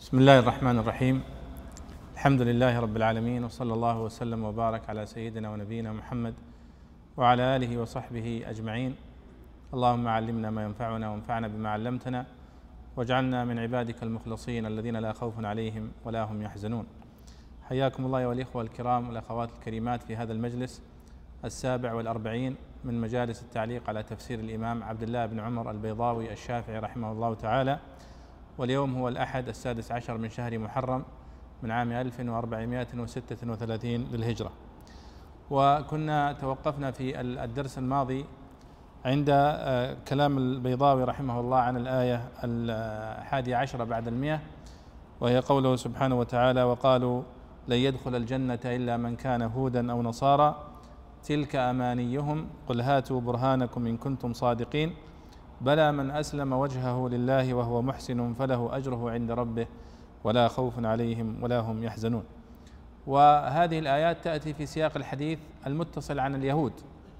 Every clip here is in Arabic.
بسم الله الرحمن الرحيم. الحمد لله رب العالمين، وصلى الله وسلم وبارك على سيدنا ونبينا محمد وعلى آله وصحبه أجمعين. اللهم علمنا ما ينفعنا وانفعنا بما علمتنا، واجعلنا من عبادك المخلصين الذين لا خوف عليهم ولا هم يحزنون. حياكم الله والإخوة الكرام والأخوات الكريمات في هذا المجلس 47 من مجالس التعليق على تفسير الإمام عبد الله بن عمر البيضاوي الشافعي رحمه الله تعالى. واليوم هو الأحد 16 من شهر محرم من عام 1436 للهجرة. وكنا توقفنا في الدرس الماضي عند كلام البيضاوي رحمه الله عن الآية 11 بعد 100، وهي قوله سبحانه وتعالى: وقالوا لن يدخل الجنة إلا من كان هودا أو نصارى تلك أمانيهم قل هاتوا برهانكم إن كنتم صادقين بلى من أسلم وجهه لله وهو محسن فله أجره عند ربه ولا خوف عليهم ولا هم يحزنون. وهذه الآيات تأتي في سياق الحديث المتصل عن اليهود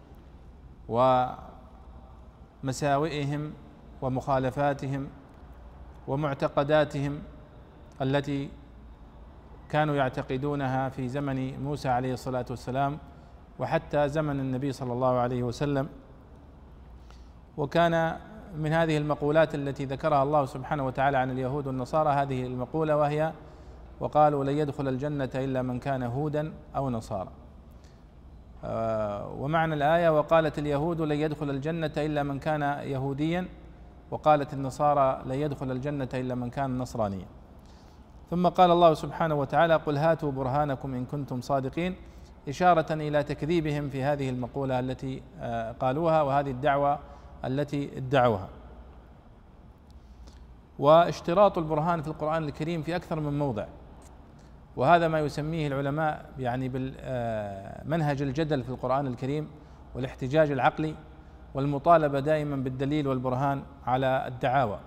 ومساوئهم ومخالفاتهم ومعتقداتهم التي كانوا يعتقدونها في زمن موسى عليه الصلاة والسلام وحتى زمن النبي صلى الله عليه وسلم. وكان من هذه المقولات التي ذكرها الله سبحانه وتعالى عن اليهود والنصارى هذه المقولة، وهي: وقالوا لن يدخل الجنة إلا من كان هودا أو نصارى. ومعنى الآية: وقالت اليهود لن يدخل الجنة إلا من كان يهوديا، وقالت النصارى لن يدخل الجنة إلا من كان نصرانيا. ثم قال الله سبحانه وتعالى: قل هاتوا برهانكم إن كنتم صادقين، إشارة إلى تكذيبهم في هذه المقولة التي قالوها وهذه الدعوة التي ادعوها. واشتراط البرهان في القرآن الكريم في أكثر من موضع، وهذا ما يسميه العلماء يعني بالمنهج الجدل في القرآن الكريم والاحتجاج العقلي، والمطالبة دائما بالدليل والبرهان على الدعاوى،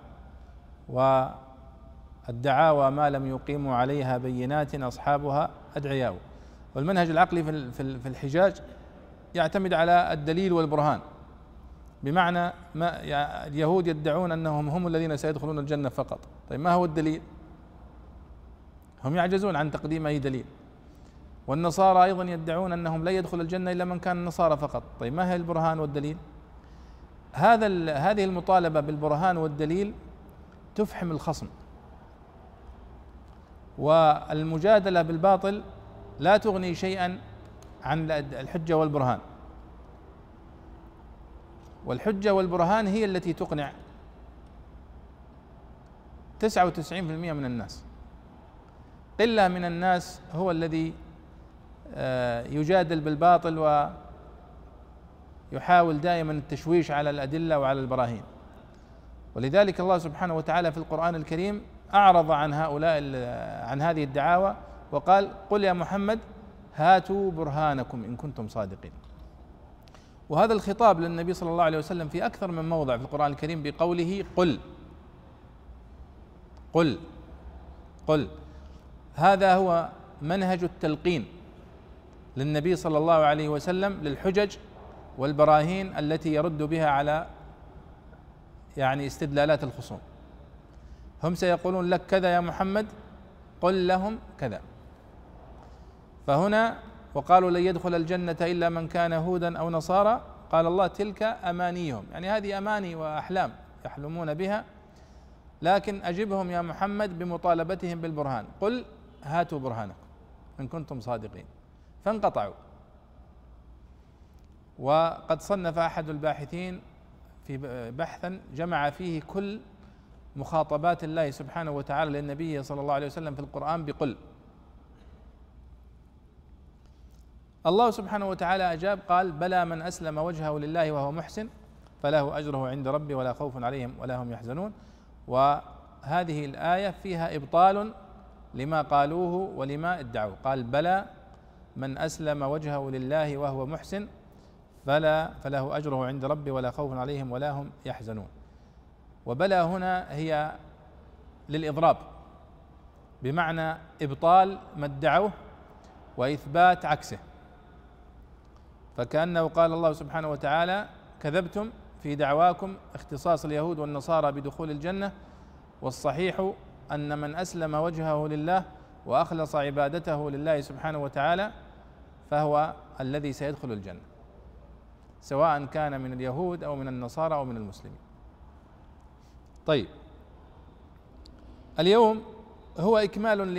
والدعاوى ما لم يقيموا عليها بينات أصحابها أدعياء. والمنهج العقلي في الحجاج يعتمد على الدليل والبرهان، بمعنى ما اليهود يدعون أنهم هم الذين سيدخلون الجنة فقط. طيب ما هو الدليل؟ هم يعجزون عن تقديم أي دليل. والنصارى أيضا يدعون أنهم لا يدخل الجنة إلا من كان النصارى فقط. طيب ما هي البرهان والدليل؟ هذه المطالبة بالبرهان والدليل تفحم الخصم، والمجادلة بالباطل لا تغني شيئا عن الحجة والبرهان. والحجة والبرهان هي التي تقنع 99% من الناس. قلة من الناس هو الذي يجادل بالباطل ويحاول دائما التشويش على الأدلة وعلى البراهين. ولذلك الله سبحانه وتعالى في القرآن الكريم أعرض عن عن هذه الدعاوى وقال: قل يا محمد هاتوا برهانكم إن كنتم صادقين. وهذا الخطاب للنبي صلى الله عليه وسلم في أكثر من موضع في القرآن الكريم بقوله قل قل قل. هذا هو منهج التلقين للنبي صلى الله عليه وسلم للحجج والبراهين التي يرد بها على يعني استدلالات الخصوم. هم سيقولون لك كذا يا محمد، قل لهم كذا. فهنا وقالوا لن يدخل الجنة إلا من كان هودا أو نصارى، قال الله: تلك أمانيهم، يعني هذه أماني وأحلام يحلمون بها، لكن أجبهم يا محمد بمطالبتهم بالبرهان. قل هاتوا برهانكم إن كنتم صادقين. فانقطعوا. وقد صنف أحد الباحثين في بحثا جمع فيه كل مخاطبات الله سبحانه وتعالى للنبي صلى الله عليه وسلم في القرآن بقل. الله سبحانه وتعالى أجاب قال: بلى من أسلم وجهه لله وهو محسن فله أجره عند ربه ولا خوف عليهم ولا هم يحزنون. وهذه الآية فيها إبطال لما قالوه ولما ادعوه. قال: بلى من أسلم وجهه لله وهو محسن فله أجره عند ربه ولا خوف عليهم ولا هم يحزنون. وبلى هنا هي للإضراب، بمعنى إبطال ما ادعوه وإثبات عكسه. فكأنه قال الله سبحانه وتعالى: كذبتم في دعواكم اختصاص اليهود والنصارى بدخول الجنة، والصحيح أن من أسلم وجهه لله وأخلص عبادته لله سبحانه وتعالى فهو الذي سيدخل الجنة، سواء كان من اليهود أو من النصارى أو من المسلمين. طيب، اليوم هو إكمال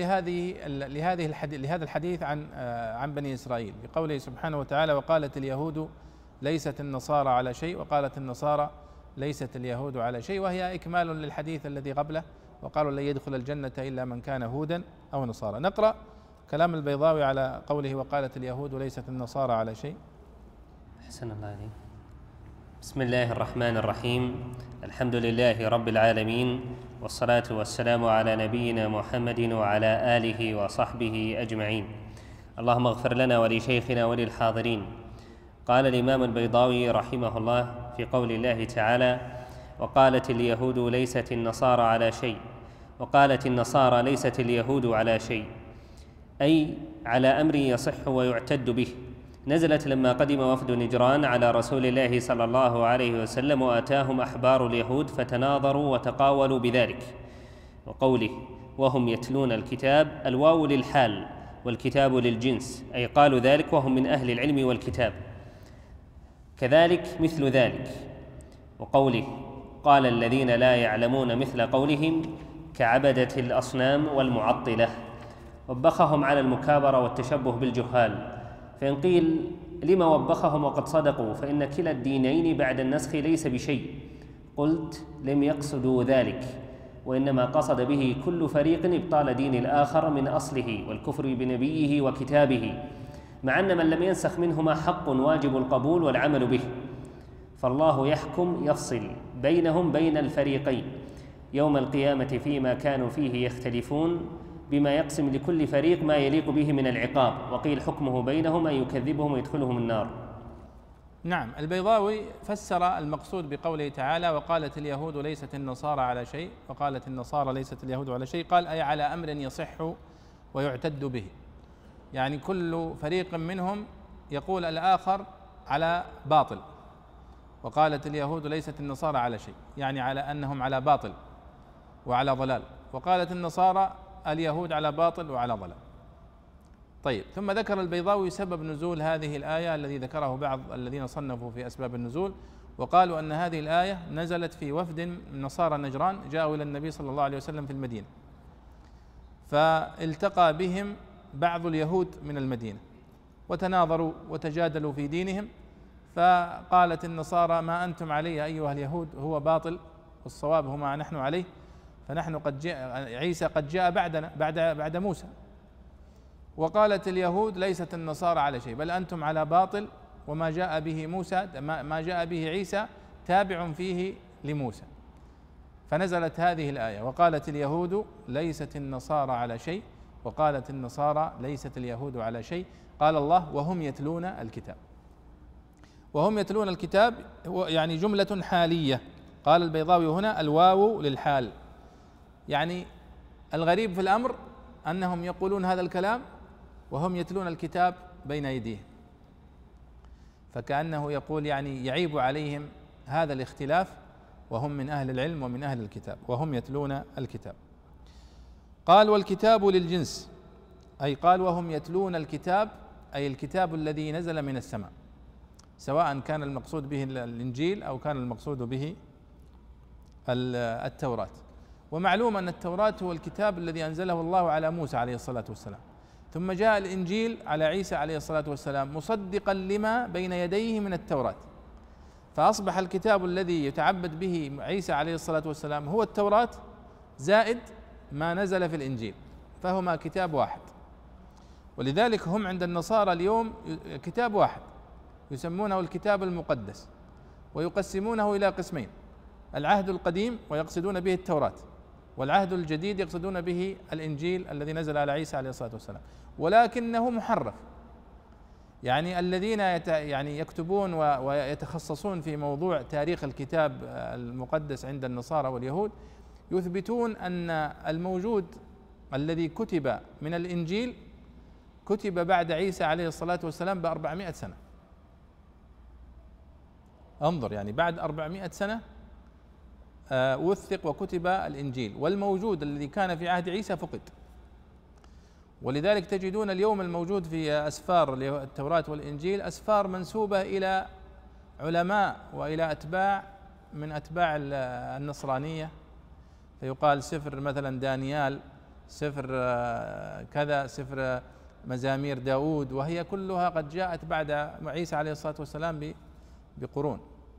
لهذا الحديث عن بني إسرائيل، بقوله سبحانه وتعالى: وقالت اليهود ليست النصارى على شيء وقالت النصارى ليست اليهود على شيء، وهي إكمال للحديث الذي قبله: وقالوا لن يدخل الجنة إلا من كان هودا أو نصارى. نقرأ كلام البيضاوي على قوله: وقالت اليهود ليست النصارى على شيء. أحسن الله عليك. بسم الله الرحمن الرحيم. الحمد لله رب العالمين، والصلاة والسلام على نبينا محمد وعلى آله وصحبه أجمعين. اللهم اغفر لنا ولشيخنا وللحاضرين. قال الإمام البيضاوي رحمه الله في قول الله تعالى: وقالت اليهود ليست النصارى على شيء وقالت النصارى ليست اليهود على شيء، أي على أمر يصح ويعتد به. نزلت لما قدم وفد نجران على رسول الله صلى الله عليه وسلم، وآتاهم أحبار اليهود فتناظروا وتقاولوا بذلك. وقوله وهم يتلون الكتاب، الواو للحال والكتاب للجنس، أي قالوا ذلك وهم من أهل العلم والكتاب. كذلك مثل ذلك. وقوله قال الذين لا يعلمون مثل قولهم كعبدة الأصنام والمعطلة، وبخهم على المكابرة والتشبه بالجهال. فإن قيل لما وبخهم وقد صدقوا، فإن كلا الدينين بعد النسخ ليس بشيء، قلت لم يقصدوا ذلك، وإنما قصد به كل فريق إبطال دين الآخر من أصله والكفر بنبيه وكتابه، مع أن من لم ينسخ منهما حق واجب القبول والعمل به. فالله يحكم يفصل بينهم بين الفريقين يوم القيامة فيما كانوا فيه يختلفون، بما يقسم لكل فريق ما يليق به من العقاب. وقيل حكمه بينهم أن يكذبهم ويدخلهم النار. نعم، البيضاوي فسر المقصود بقوله تعالى: وقالت اليهود ليست النصارى على شيء وقالت النصارى ليست اليهود على شيء، قال أي على أمر يصح ويعتد به، يعني كل فريق منهم يقول الآخر على باطل. وقالت اليهود ليست النصارى على شيء، يعني على أنهم على باطل وعلى ضلال، وقالت النصارى اليهود على باطل وعلى ضلال. طيب، ثم ذكر البيضاوي سبب نزول هذه الآية الذي ذكره بعض الذين صنفوا في أسباب النزول، وقالوا أن هذه الآية نزلت في وفد من نصارى نجران جاءوا إلى النبي صلى الله عليه وسلم في المدينة، فالتقى بهم بعض اليهود من المدينة وتناظروا وتجادلوا في دينهم، فقالت النصارى ما أنتم عليه أيها اليهود هو باطل والصواب هو ما نحن عليه، فنحن قد جاء عيسى قد جاء بعدنا بعد موسى. وقالت اليهود ليست النصارى على شيء بل أنتم على باطل، وما جاء به موسى ما جاء به عيسى تابع فيه لموسى. فنزلت هذه الآية: وقالت اليهود ليست النصارى على شيء وقالت النصارى ليست اليهود على شيء. قال الله: وهم يتلون الكتاب. وهم يتلون الكتاب يعني جملة حالية. قال البيضاوي هنا الواو للحال، يعني الغريب في الأمر أنهم يقولون هذا الكلام وهم يتلون الكتاب بين أيديهم، فكأنه يقول يعني يعيب عليهم هذا الاختلاف وهم من أهل العلم ومن أهل الكتاب وهم يتلون الكتاب. قال والكتاب للجنس، أي قال وهم يتلون الكتاب، أي الكتاب الذي نزل من السماء، سواء كان المقصود به الإنجيل أو كان المقصود به التوراة. ومعلوم أن التوراة هو الكتاب الذي أنزله الله على موسى عليه الصلاة والسلام، ثم جاء الإنجيل على عيسى عليه الصلاة والسلام مصدقا لما بين يديه من التوراة، فأصبح الكتاب الذي يتعبد به عيسى عليه الصلاة والسلام هو التوراة زائد ما نزل في الإنجيل، فهما كتاب واحد. ولذلك هم عند النصارى اليوم كتاب واحد يسمونه الكتاب المقدس، ويقسمونه إلى قسمين: العهد القديم ويقصدون به التوراة، والعهد الجديد يقصدون به الإنجيل الذي نزل على عيسى عليه الصلاة والسلام، ولكنه محرف. يعني الذين يعني يكتبون ويتخصصون في موضوع تاريخ الكتاب المقدس عند النصارى واليهود يثبتون أن الموجود الذي كتب من الإنجيل كتب بعد عيسى عليه الصلاة والسلام ب400 سنة. انظر، يعني بعد 400 سنة وثق وكتب الإنجيل، والموجود الذي كان في عهد عيسى فقد. ولذلك تجدون اليوم الموجود في أسفار التوراة والإنجيل أسفار منسوبة إلى علماء وإلى أتباع من أتباع النصرانية، فيقال سفر مثلا دانيال، سفر كذا، سفر مزامير داود، وهي كلها قد جاءت بعد عيسى عليه الصلاة والسلام بقرون.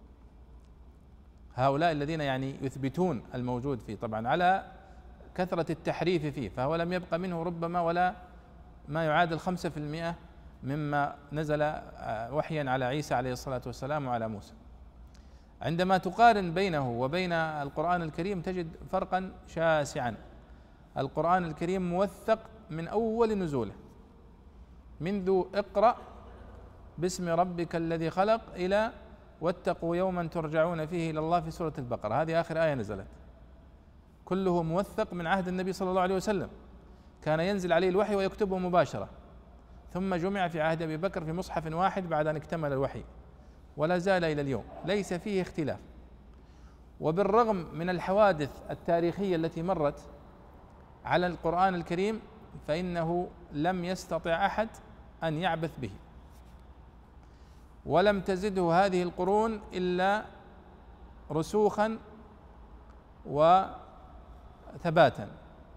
هؤلاء الذين يعني يثبتون الموجود فيه، طبعا على كثرة التحريف فيه، فهو لم يبق منه ربما ولا ما يعادل 5% مما نزل وحيا على عيسى عليه الصلاة والسلام وعلى موسى. عندما تقارن بينه وبين القرآن الكريم تجد فرقا شاسعا. القرآن الكريم موثق من أول نزوله، منذ اقرأ باسم ربك الذي خلق إلى واتقوا يوما ترجعون فيه إلى الله في سورة البقرة، هذه آخر آية نزلت، كله موثق من عهد النبي صلى الله عليه وسلم، كان ينزل عليه الوحي ويكتبه مباشرة، ثم جمع في عهد أبي بكر في مصحف واحد بعد أن اكتمل الوحي، ولا زال إلى اليوم ليس فيه اختلاف. وبالرغم من الحوادث التاريخية التي مرت على القرآن الكريم فإنه لم يستطع أحد أن يعبث به، ولم تزده هذه القرون إلا رسوخا وثباتا.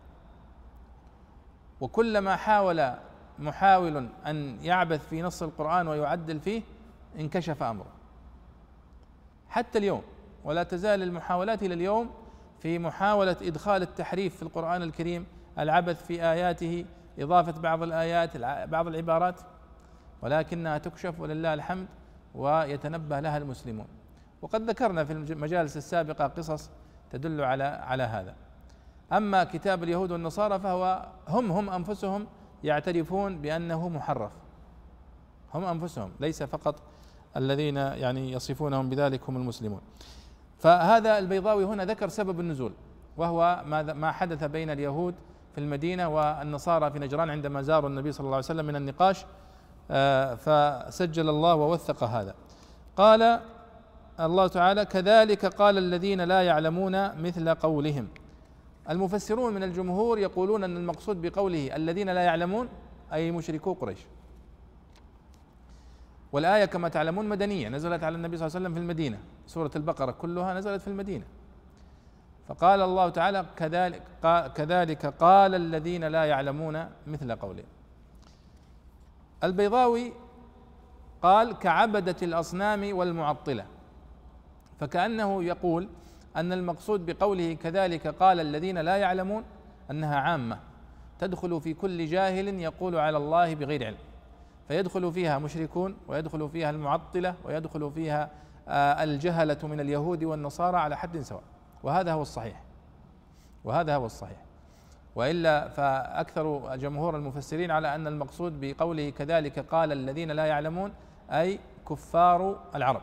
وكلما حاول محاول أن يعبث في نص القرآن ويعدل فيه انكشف أمره، حتى اليوم، ولا تزال المحاولات إلى اليوم في محاولة إدخال التحريف في القرآن الكريم، العبث في آياته، إضافة بعض الآيات بعض العبارات، ولكنها تكشف ولله الحمد ويتنبه لها المسلمون. وقد ذكرنا في المجالس السابقة قصص تدل على هذا. أما كتاب اليهود والنصارى فهو هم أنفسهم يعترفون بأنه محرف، هم أنفسهم، ليس فقط الذين يعني يصفونهم بذلك هم المسلمون. فهذا البيضاوي هنا ذكر سبب النزول، وهو ما حدث بين اليهود في المدينة والنصارى في نجران عندما زاروا النبي صلى الله عليه وسلم من النقاش، فسجل الله ووثق هذا. قال الله تعالى: كذلك قال الذين لا يعلمون مثل قولهم. المفسرون من الجمهور يقولون أن المقصود بقوله الذين لا يعلمون أي مشركو قريش، والآية كما تعلمون مدنية، نزلت على النبي صلى الله عليه وسلم في المدينة، سورة البقرة كلها نزلت في المدينة. فقال الله تعالى: كذلك قال الذين لا يعلمون مثل قولهم. البيضاوي قال: كعبدة الأصنام والمعطلة، فكأنه يقول أن المقصود بقوله كذلك قال الذين لا يعلمون أنها عامة تدخل في كل جاهل يقول على الله بغير علم، فيدخل فيها مشركون، ويدخل فيها المعطلة، ويدخل فيها الجهلة من اليهود والنصارى على حد سواء، وهذا هو الصحيح، وهذا هو الصحيح. وإلا فأكثر جمهور المفسرين على أن المقصود بقوله كذلك قال الذين لا يعلمون أي كفار العرب.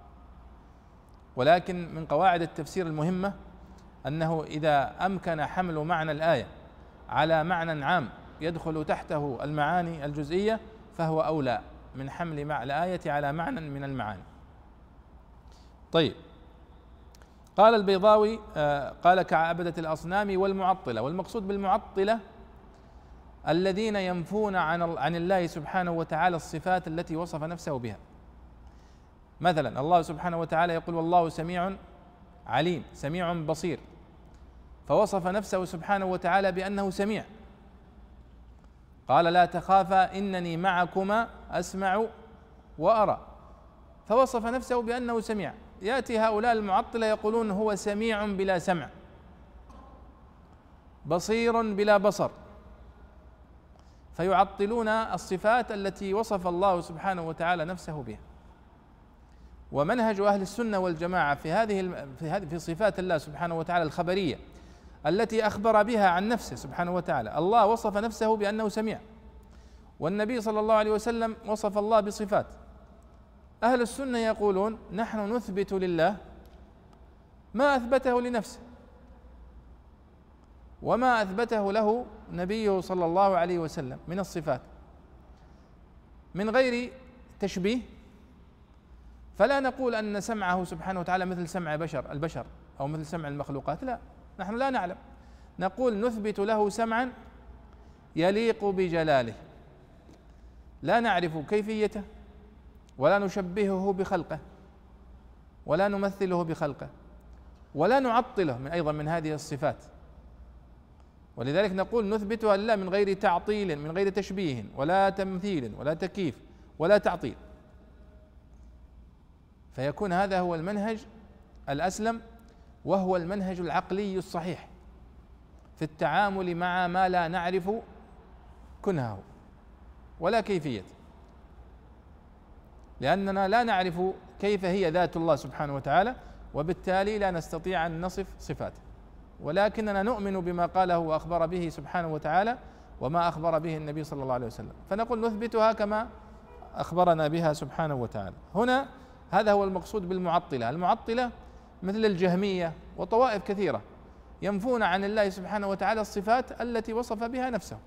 ولكن من قواعد التفسير المهمة أنه إذا أمكن حمل معنى الآية على معنى عام يدخل تحته المعاني الجزئية فهو أولى من حمل الآية على معنى من المعاني. طيب، قال البيضاوي قال كعبدة الأصنام والمعطلة، والمقصود بالمعطلة الذين ينفون عن الله سبحانه وتعالى الصفات التي وصف نفسه بها. مثلا الله سبحانه وتعالى يقول: والله سميع عليم، سميع بصير، فوصف نفسه سبحانه وتعالى بأنه سميع، قال: لا تخافا إنني معكما أسمع وأرى، فوصف نفسه بأنه سميع. يأتي هؤلاء المعطلة يقولون هو سميع بلا سمع، بصير بلا بصر، فيعطلون الصفات التي وصف الله سبحانه وتعالى نفسه بها. ومنهج أهل السنة والجماعة في صفات الله سبحانه وتعالى الخبرية التي أخبر بها عن نفسه سبحانه وتعالى. الله وصف نفسه بأنه سميع، والنبي صلى الله عليه وسلم وصف الله بصفات. أهل السنة يقولون نحن نثبت لله ما أثبته لنفسه وما أثبته له نبيه صلى الله عليه وسلم من الصفات من غير تشبيه. فلا نقول أن سمعه سبحانه وتعالى مثل سمع البشر، أو مثل سمع المخلوقات، لا، نحن لا نعلم، نقول نثبت له سمعا يليق بجلاله، لا نعرف كيفيته ولا نشبهه بخلقه ولا نمثله بخلقه ولا نعطله أيضا من هذه الصفات، ولذلك نقول نثبتها لله من غير تعطيل، من غير تشبيه ولا تمثيل ولا تكييف ولا تعطيل. فيكون هذا هو المنهج الأسلم، وهو المنهج العقلي الصحيح في التعامل مع ما لا نعرف كنهه ولا كيفيته، لأننا لا نعرف كيف هي ذات الله سبحانه وتعالى، وبالتالي لا نستطيع أن نصف صفاته، ولكننا نؤمن بما قاله وأخبر به سبحانه وتعالى وما أخبر به النبي صلى الله عليه وسلم، فنقول نثبتها كما أخبرنا بها سبحانه وتعالى. هنا هذا هو المقصود بالمعطلة. المعطلة مثل الجهمية وطوائف كثيرة ينفون عن الله سبحانه وتعالى الصفات التي وصف بها نفسه.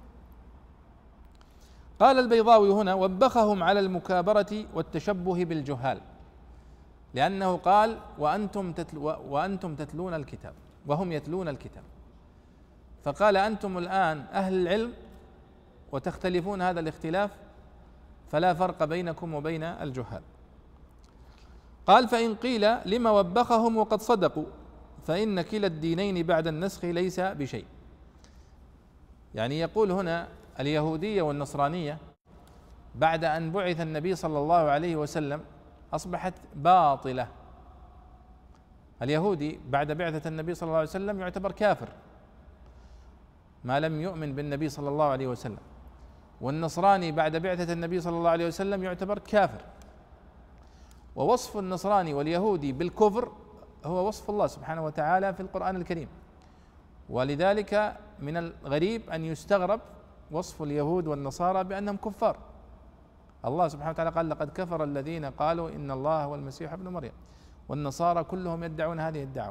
قال البيضاوي هنا: وبخهم على المكابرة والتشبه بالجهال، لأنه قال وأنتم تتلون الكتاب وهم يتلون الكتاب، فقال أنتم الآن أهل العلم وتختلفون هذا الاختلاف، فلا فرق بينكم وبين الجهال. قال: فإن قيل لما وبخهم وقد صدقوا فإن كلا الدينين بعد النسخ ليس بشيء. يعني يقول هنا اليهودية والنصرانية بعد أن بعث النبي صلى الله عليه وسلم أصبحت باطلة. اليهودي بعد بعثة النبي صلى الله عليه وسلم يعتبر كافر ما لم يؤمن بالنبي صلى الله عليه وسلم، والنصراني بعد بعثة النبي صلى الله عليه وسلم يعتبر كافر. ووصف النصراني واليهودي بالكفر هو وصف الله سبحانه وتعالى في القرآن الكريم، ولذلك من الغريب أن يستغرب وصف اليهود والنصارى بأنهم كفار. الله سبحانه وتعالى قال: لقد كفر الذين قالوا إن الله هو المسيح ابن مريم، والنصارى كلهم يدعون هذه الدعوة.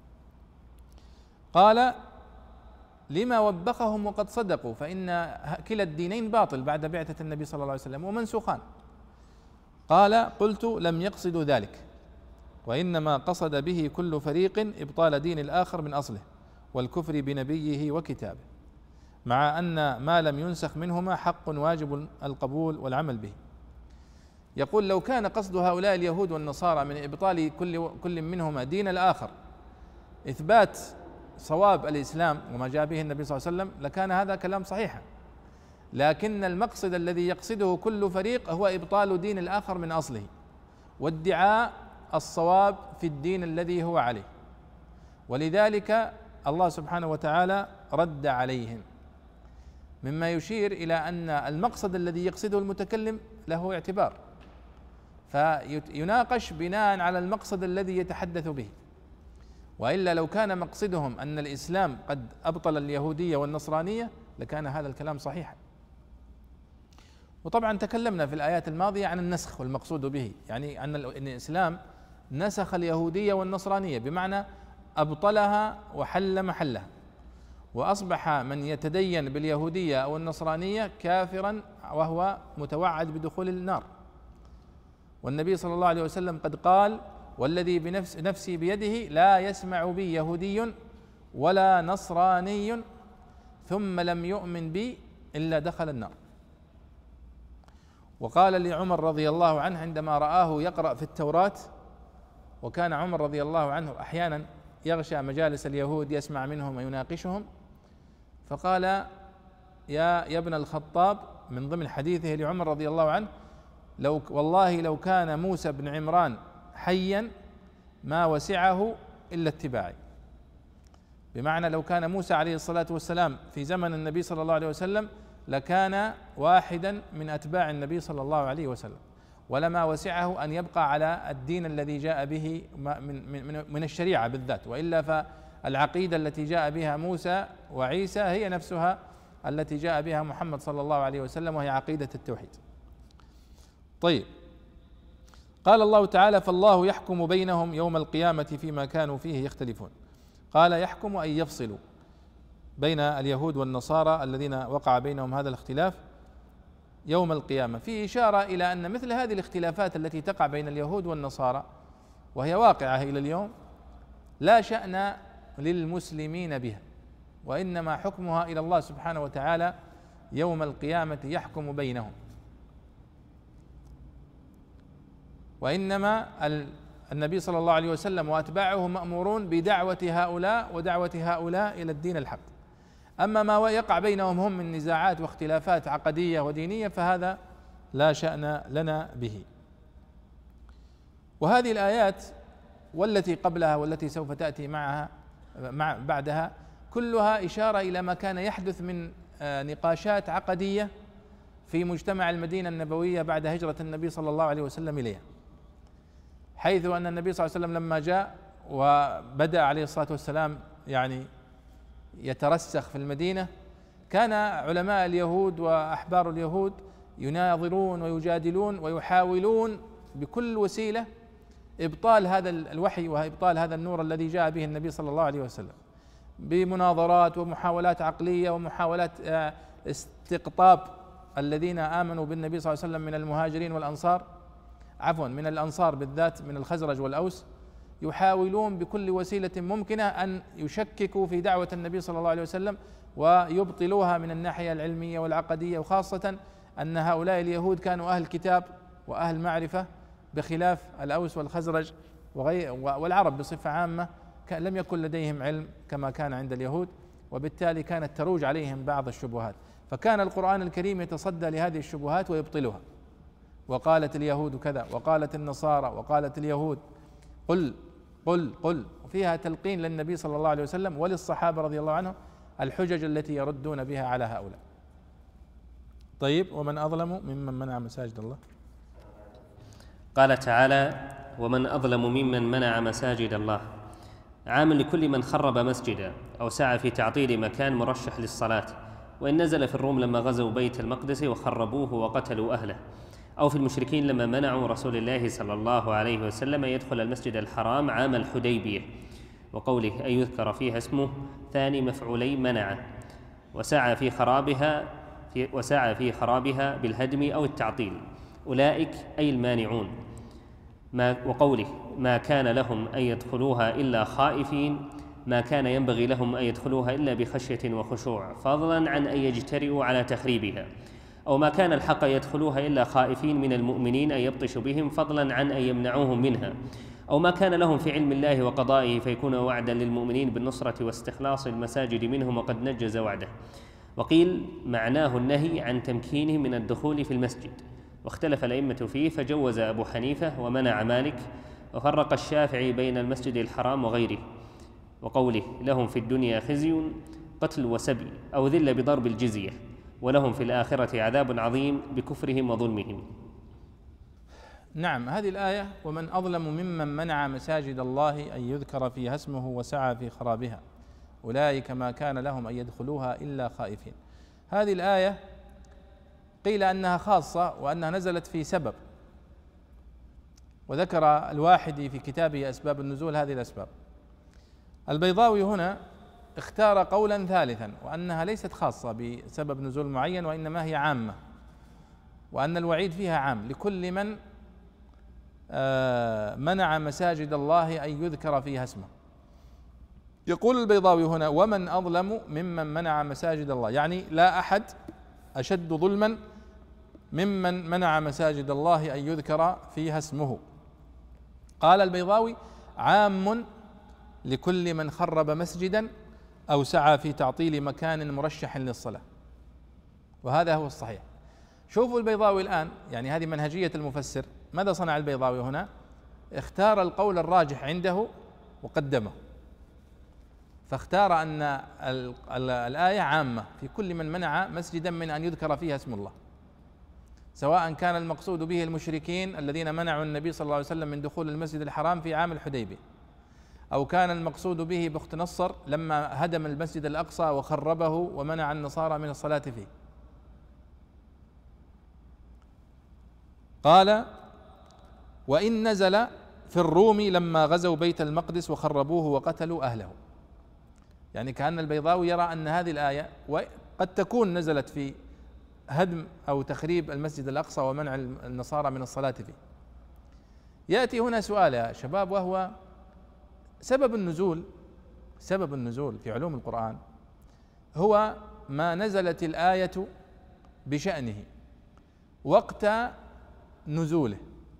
قال: لما وبخهم وقد صدقوا فإن كلا الدينين باطل بعد بعثة النبي صلى الله عليه وسلم ومنسوخان. قال: قلت لم يقصدوا ذلك، وإنما قصد به كل فريق إبطال دين الآخر من أصله والكفر بنبيه وكتابه، مع أن ما لم ينسخ منهما حق واجب القبول والعمل به. يقول: لو كان قصد هؤلاء اليهود والنصارى من إبطال كل منهما دين الآخر إثبات صواب الإسلام وما جاء به النبي صلى الله عليه وسلم لكان هذا كلام صحيحا، لكن المقصد الذي يقصده كل فريق هو إبطال دين الآخر من أصله وادعاء الصواب في الدين الذي هو عليه، ولذلك الله سبحانه وتعالى رد عليهم، مما يشير إلى أن المقصد الذي يقصده المتكلم له اعتبار، فيناقش بناء على المقصد الذي يتحدث به. وإلا لو كان مقصدهم أن الإسلام قد أبطل اليهودية والنصرانية لكان هذا الكلام صحيحا. وطبعا تكلمنا في الآيات الماضية عن النسخ والمقصود به، يعني أن الإسلام نسخ اليهودية والنصرانية، بمعنى أبطلها وحل محلها، وأصبح من يتدين باليهودية أو النصرانية كافرا وهو متوعد بدخول النار. والنبي صلى الله عليه وسلم قد قال: والذي نفسي بيده لا يسمع بي يهودي ولا نصراني ثم لم يؤمن بي إلا دخل النار. وقال لعمر رضي الله عنه عندما رآه يقرأ في التوراة، وكان عمر رضي الله عنه أحيانا يغشى مجالس اليهود يسمع منهم ويناقشهم، فقال: يا ابن الخطاب، من ضمن حديثه لعمر رضي الله عنه: والله لو كان موسى بن عمران حيا ما وسعه إلا اتباعي. بمعنى لو كان موسى عليه الصلاة والسلام في زمن النبي صلى الله عليه وسلم لكان واحدا من أتباع النبي صلى الله عليه وسلم، ولما وسعه أن يبقى على الدين الذي جاء به من الشريعة بالذات، وإلا فالعقيدة التي جاء بها موسى وعيسى هي نفسها التي جاء بها محمد صلى الله عليه وسلم، وهي عقيدة التوحيد. طيب، قال الله تعالى: فالله يحكم بينهم يوم القيامة فيما كانوا فيه يختلفون. قال: يحكم أي يفصل بين اليهود والنصارى الذين وقع بينهم هذا الاختلاف يوم القيامة، في إشارة إلى أن مثل هذه الاختلافات التي تقع بين اليهود والنصارى وهي واقعة إلى اليوم لا شأن للمسلمين بها، وإنما حكمها إلى الله سبحانه وتعالى يوم القيامة يحكم بينهم. وإنما النبي صلى الله عليه وسلم وأتباعه مأمورون بدعوة هؤلاء ودعوة هؤلاء إلى الدين الحق. أما ما يقع بينهم هم من نزاعات واختلافات عقدية ودينية فهذا لا شأن لنا به. وهذه الآيات والتي قبلها والتي سوف تأتي بعدها كلها إشارة إلى ما كان يحدث من نقاشات عقدية في مجتمع المدينة النبوية بعد هجرة النبي صلى الله عليه وسلم إليها، حيث أن النبي صلى الله عليه وسلم لما جاء وبدأ عليه الصلاة والسلام يعني يترسخ في المدينة، كان علماء اليهود وأحبار اليهود يناظرون ويجادلون ويحاولون بكل وسيلة إبطال هذا الوحي وإبطال هذا النور الذي جاء به النبي صلى الله عليه وسلم، بمناظرات ومحاولات عقلية ومحاولات استقطاب الذين آمنوا بالنبي صلى الله عليه وسلم من المهاجرين والأنصار، عفوا من الأنصار بالذات، من الخزرج والأوس، يحاولون بكل وسيلة ممكنة أن يشككوا في دعوة النبي صلى الله عليه وسلم ويبطلوها من الناحية العلمية والعقدية، وخاصة أن هؤلاء اليهود كانوا أهل كتاب وأهل معرفة بخلاف الأوس والخزرج والعرب بصفة عامة لم يكن لديهم علم كما كان عند اليهود، وبالتالي كانت تروج عليهم بعض الشبهات، فكان القرآن الكريم يتصدى لهذه الشبهات ويبطلها. وقالت اليهود كذا، وقالت النصارى، وقالت اليهود، قل قل قل، وفيها تلقين للنبي صلى الله عليه وسلم وللصحابة رضي الله عنهم الحجج التي يردون بها على هؤلاء. طيب، ومن أظلم ممن منع مساجد الله؟ قال تعالى: ومن أظلم ممن منع مساجد الله، عام لكل من خرب مسجدا أو سعى في تعطيل مكان مرشح للصلاة، وإن نزل في الروم لما غزوا بيت المقدس وخربوه وقتلوا أهله، أو في المشركين لما منعوا رسول الله صلى الله عليه وسلم يدخل المسجد الحرام عام الحديبية، وقوله أن يذكر فيها اسمه ثاني مفعولي منع، وسعى في خرابها بالهدم أو التعطيل، أولئك أي المانعون. وقوله ما كان لهم أن يدخلوها إلا خائفين، ما كان ينبغي لهم أن يدخلوها إلا بخشية وخشوع، فضلا عن أن يجترئوا على تخريبها، أو ما كان الحق يدخلوها إلا خائفين من المؤمنين أن يبطشوا بهم، فضلا عن أن يمنعوهم منها، أو ما كان لهم في علم الله وقضائه فيكون وعدا للمؤمنين بالنصرة واستخلاص المساجد منهم وقد نجز وعده. وقيل معناه النهي عن تمكينهم من الدخول في المسجد، واختلف الأئمة فيه، فجوز أبو حنيفة ومنع مالك، وفرق الشافعي بين المسجد الحرام وغيره، وقوله لهم في الدنيا خزي قتل وسبي أو ذل بضرب الجزية، ولهم في الآخرة عذاب عظيم بكفرهم وظلمهم. نعم، هذه الآية ومن أظلم ممن منع مساجد الله أن يذكر فيها اسمه وسعى في خرابها أولئك ما كان لهم أن يدخلوها إلا خائفين. هذه الآية قيل أنها خاصة وأنها نزلت في سبب، وذكر الواحدي في كتابه أسباب النزول هذه الأسباب. البيضاوي هنا اختار قولا ثالثا، وأنها ليست خاصة بسبب نزول معين، وإنما هي عامة، وأن الوعيد فيها عام لكل من منع مساجد الله أن يذكر فيها اسمه. يقول البيضاوي هنا ومن أظلم ممن منع مساجد الله، يعني لا أحد أشد ظلما ممن منع مساجد الله أن يذكر فيها اسمه. قال البيضاوي عام لكل من خرب مسجدا أو سعى في تعطيل مكان مرشح للصلاة، وهذا هو الصحيح. شوفوا البيضاوي الآن، يعني هذه منهجية المفسر. ماذا صنع البيضاوي هنا؟ اختار القول الراجح عنده وقدمه، فاختار أن الآية عامة في كل من منع مسجدا من أن يذكر فيها اسم الله، سواء كان المقصود به المشركين الذين منعوا النبي صلى الله عليه وسلم من دخول المسجد الحرام في عام الحديبية، أو كان المقصود به بخت نصر لما هدم المسجد الأقصى وخربه ومنع النصارى من الصلاة فيه. قال وإن نزل في الروم لما غزوا بيت المقدس وخربوه وقتلوا أهله، يعني كأن البيضاوي يرى أن هذه الآية قد تكون نزلت في هدم أو تخريب المسجد الأقصى ومنع النصارى من الصلاة فيه. يأتي هنا سؤال يا شباب، وهو سبب النزول في علوم القرآن هو ما نزلت الآية بشأنه وقت نزوله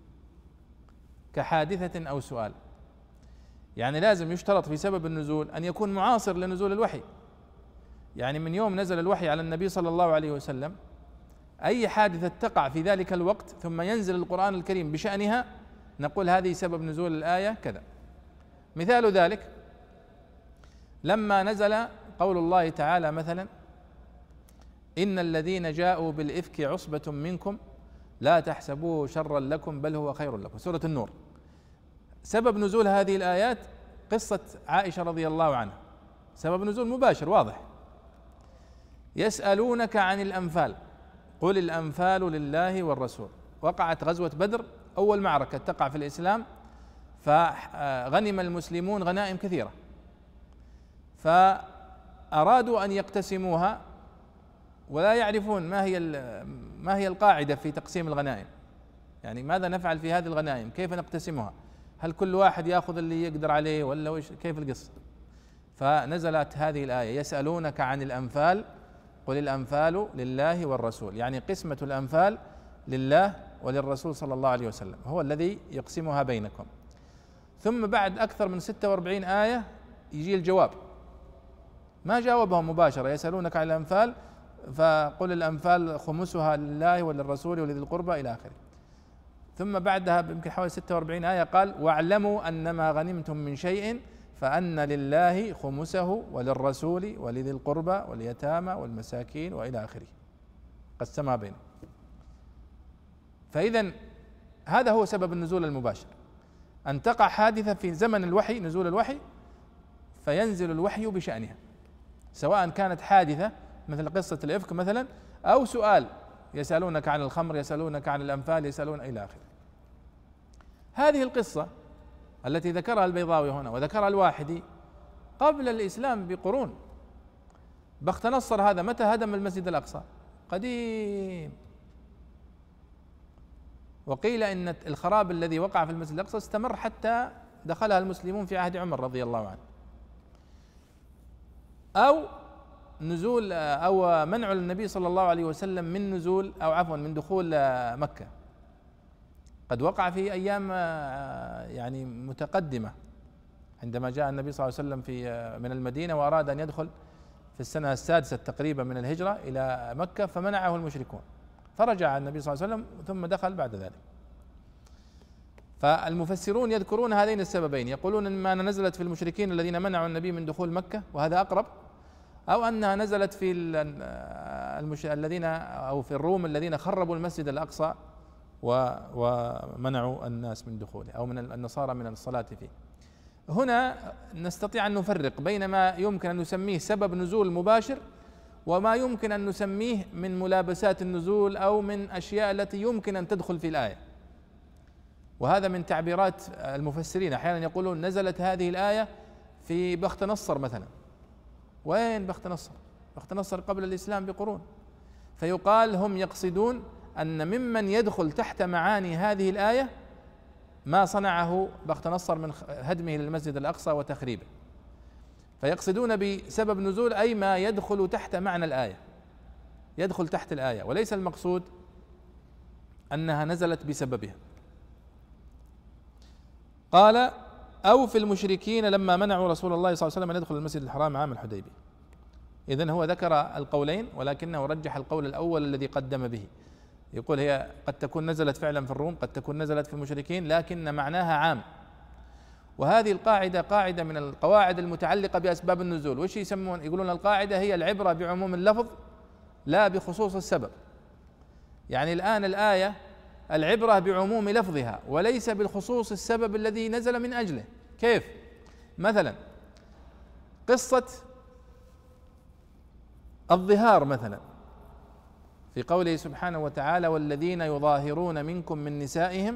كحادثة أو سؤال. يعني لازم يشترط في سبب النزول أن يكون معاصر لنزول الوحي، يعني من يوم نزل الوحي على النبي صلى الله عليه وسلم أي حادثة تقع في ذلك الوقت ثم ينزل القرآن الكريم بشأنها نقول هذه سبب نزول الآية كذا. مثال ذلك لما نزل قول الله تعالى مثلا: إن الذين جاءوا بالإفك عصبة منكم لا تحسبوه شرا لكم بل هو خير لكم، سورة النور. سبب نزول هذه الآيات قصة عائشة رضي الله عنها، سبب نزول مباشر واضح: يسألونك عن الأنفال قل الأنفال لله والرسول. وقعت غزوة بدر، أول معركة تقع في الإسلام، فغنم المسلمون غنائم كثيرة، فأرادوا أن يقتسموها ولا يعرفون ما هي القاعدة في تقسيم الغنائم، يعني ماذا نفعل في هذه الغنائم، كيف نقتسمها، هل كل واحد يأخذ اللي يقدر عليه ولا كيف القصة؟ فنزلت هذه الآية: يسألونك عن الأنفال قل الأنفال لله والرسول، يعني قسمة الأنفال لله وللرسول صلى الله عليه وسلم، هو الذي يقسمها بينكم. ثم بعد أكثر من 46 آية يجي الجواب، ما جاوبهم مباشرة: يسألونك عن الأنفال فقل الأنفال خمسها لله وللرسول ولذي القربى إلى آخره. ثم بعدها يمكن حوالي 46 آية قال: واعلموا أنما غنمتم من شيء فأن لله خمسه وللرسول ولذي القربى واليتامى والمساكين وإلى آخره، قسمها بينهم. فإذا هذا هو سبب النزول المباشر، أن تقع حادثة في زمن الوحي، نزول الوحي، فينزل الوحي بشأنها، سواء كانت حادثة مثل قصة الإفك مثلا، أو سؤال: يسألونك عن الخمر، يسألونك عن الأنفال، يسألون إلى آخره. هذه القصة التي ذكرها البيضاوي هنا وذكرها الواحدي قبل الإسلام بقرون. بخت نصر هذا متى هدم المسجد الأقصى؟ قديم. وقيل إن الخراب الذي وقع في المسجد الأقصى استمر حتى دخلها المسلمون في عهد عمر رضي الله عنه. أو نزول أو منع النبي صلى الله عليه وسلم من نزول أو عفوا من دخول مكة، قد وقع في أيام يعني متقدمة، عندما جاء النبي صلى الله عليه وسلم من المدينة وأراد أن يدخل في السنة السادسة تقريبا من الهجرة إلى مكة، فمنعه المشركون، فرجع النبي صلى الله عليه وسلم ثم دخل بعد ذلك. فالمفسرون يذكرون هذين السببين، يقولون إما أنها نزلت في المشركين الذين منعوا النبي من دخول مكة وهذا أقرب، أو أنها نزلت في الذين أو في الروم الذين خربوا المسجد الأقصى ومنعوا الناس من دخوله، أو من النصارى من الصلاة فيه. هنا نستطيع أن نفرق بين ما يمكن أن نسميه سبب نزول مباشر وما يمكن أن نسميه من ملابسات النزول أو من أشياء التي يمكن أن تدخل في الآية. وهذا من تعبيرات المفسرين، أحيانا يقولون نزلت هذه الآية في بخت نصر مثلا. وين بخت نصر؟ بخت نصر قبل الإسلام بقرون. فيقال هم يقصدون أن ممن يدخل تحت معاني هذه الآية ما صنعه بخت نصر من هدمه للمسجد الأقصى وتخريبه، فيقصدون بسبب نزول أي ما يدخل تحت معنى الآية، يدخل تحت الآية، وليس المقصود أنها نزلت بسببها. قال: أو في المشركين لما منعوا رسول الله صلى الله عليه وسلم أن يدخل المسجد الحرام عام الحديبية. إذن هو ذكر القولين ولكنه رجح القول الأول الذي قدم به، يقول هي قد تكون نزلت فعلا في الروم، قد تكون نزلت في المشركين، لكن معناها عام. وهذه القاعدة قاعدة من القواعد المتعلقة بأسباب النزول. وش يسمون؟ يقولون القاعدة هي العبرة بعموم اللفظ لا بخصوص السبب. يعني الآن الآية العبرة بعموم لفظها وليس بالخصوص السبب الذي نزل من أجله. كيف؟ مثلا قصة الظهار مثلا في قوله سبحانه وتعالى: والذين يظاهرون منكم من نسائهم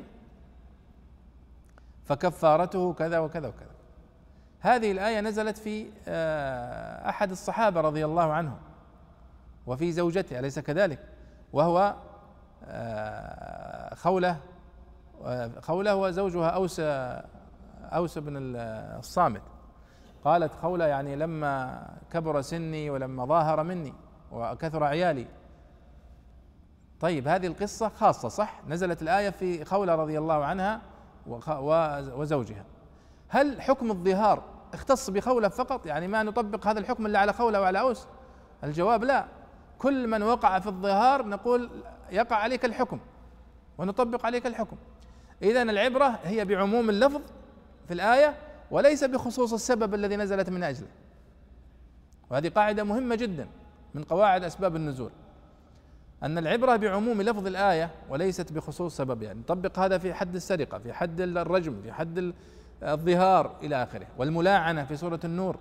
فكفارته كذا وكذا وكذا. هذه الآية نزلت في أحد الصحابة رضي الله عنهم وفي زوجته، أليس كذلك؟ وهو خولة وزوجها أوس أوس بن الصامت، قالت خولة يعني لما كبر سني ولما ظاهر مني وكثر عيالي. طيب هذه القصة خاصة صح، نزلت الآية في خولة رضي الله عنها وزوجها. هل حكم الظهار اختص بخولة فقط؟ يعني ما نطبق هذا الحكم إلا على خولة وعلى أوس؟ الجواب لا، كل من وقع في الظهار نقول يقع عليك الحكم ونطبق عليك الحكم. إذن العبرة هي بعموم اللفظ في الآية وليس بخصوص السبب الذي نزلت من أجله، وهذه قاعدة مهمة جدا من قواعد أسباب النزول، أن العبرة بعموم لفظ الآية وليست بخصوص سبب. يعني نطبق هذا في حد السرقة، في حد الرجم، في حد الظهار إلى آخره، والملاعنة في سورة النور،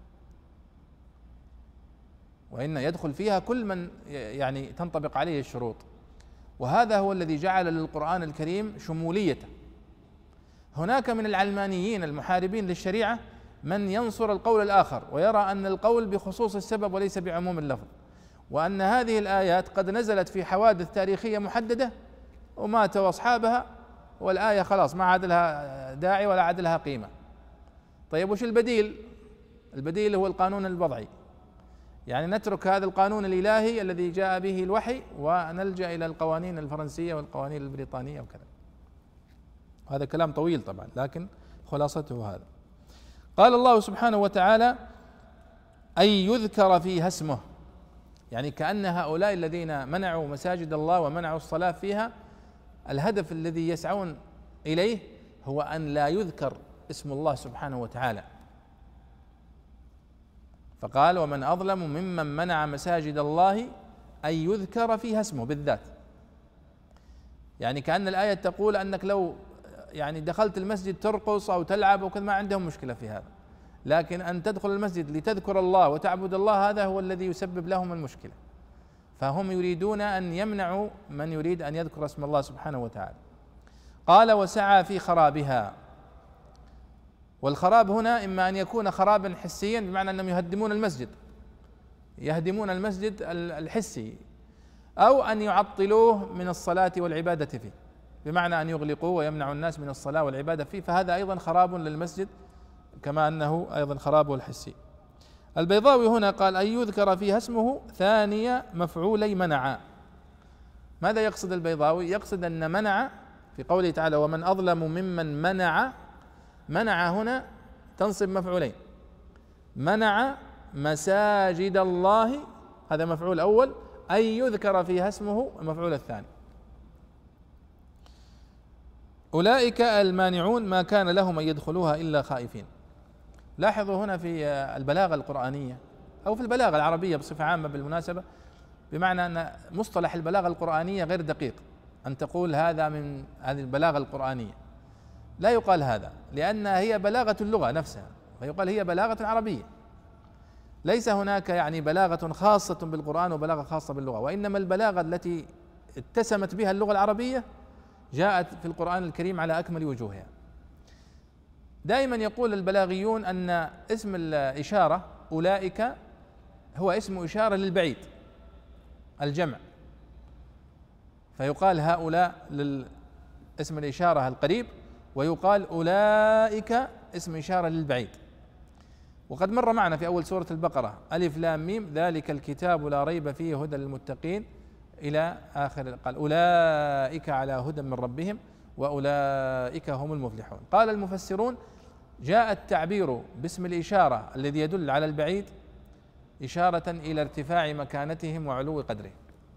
وإن يدخل فيها كل من يعني تنطبق عليه الشروط. وهذا هو الذي جعل للقرآن الكريم شموليته. هناك من العلمانيين المحاربين للشريعة من ينصر القول الآخر ويرى أن القول بخصوص السبب وليس بعموم اللفظ، وأن هذه الآيات قد نزلت في حوادث تاريخية محددة وماتوا أصحابها والآية خلاص ما عاد لها داعي ولا عاد لها قيمة. طيب وش البديل؟ البديل هو القانون الوضعي، يعني نترك هذا القانون الإلهي الذي جاء به الوحي ونلجأ إلى القوانين الفرنسية والقوانين البريطانية وكذا. هذا كلام طويل طبعا، لكن خلاصته هذا. قال الله سبحانه وتعالى: أي يذكر فيها اسمه، يعني كأن هؤلاء الذين منعوا مساجد الله ومنعوا الصلاة فيها الهدف الذي يسعون إليه هو أن لا يذكر اسم الله سبحانه وتعالى. فقال: ومن أظلم ممن منع مساجد الله أن يذكر فيها اسمه بالذات. يعني كأن الآية تقول أنك لو يعني دخلت المسجد ترقص أو تلعب وكذا ما عندهم مشكلة في هذا، لكن أن تدخل المسجد لتذكر الله وتعبد الله هذا هو الذي يسبب لهم المشكلة. فهم يريدون أن يمنعوا من يريد أن يذكر اسم الله سبحانه وتعالى. قال: وسعى في خرابها. والخراب هنا إما أن يكون خرابا حسيا بمعنى أنهم يهدمون المسجد، يهدمون المسجد الحسي، أو أن يعطلوه من الصلاة والعبادة فيه بمعنى أن يغلقوه ويمنعوا الناس من الصلاة والعبادة فيه، فهذا أيضا خراب للمسجد كما أنه أيضا خرابه الحسي. البيضاوي هنا قال: أن يذكر فيها اسمه ثاني مفعولي منع. ماذا يقصد البيضاوي؟ يقصد أن منع في قوله تعالى: ومن أظلم ممن منع، منع هنا تنصب مفعولين، منع مساجد الله هذا مفعول أول، أن يذكر فيها اسمه المفعول الثاني. أولئك المانعون ما كان لهم أن يدخلوها إلا خائفين. لاحظوا هنا في البلاغة القرآنية أو في البلاغة العربية بصفة عامة بالمناسبة، بمعنى أن مصطلح البلاغة القرآنية غير دقيق أن تقول هذا من هذه البلاغة القرآنية، لا يقال هذا، لأن هي بلاغة اللغة نفسها، فيقال هي بلاغة عربية، ليس هناك يعني بلاغة خاصة بالقرآن وبلاغة خاصة باللغة، وإنما البلاغة التي اتسمت بها اللغة العربية جاءت في القرآن الكريم على أكمل وجوهها. دائما يقول البلاغيون أن اسم الإشارة أولئك هو اسم إشارة للبعيد الجمع، فيقال هؤلاء لاسم الإشارة القريب، ويقال أولئك اسم إشارة للبعيد. وقد مر معنا في أول سورة البقرة: ألف لام ميم ذلك الكتاب لا ريب فيه هدى للمتقين إلى آخر، قال أولئك على هدى من ربهم وأولئك هم المفلحون. قال المفسرون: جاء التعبير باسم الإشارة الذي يدل على البعيد إشارة إلى ارتفاع مكانتهم وعلو قدرهم،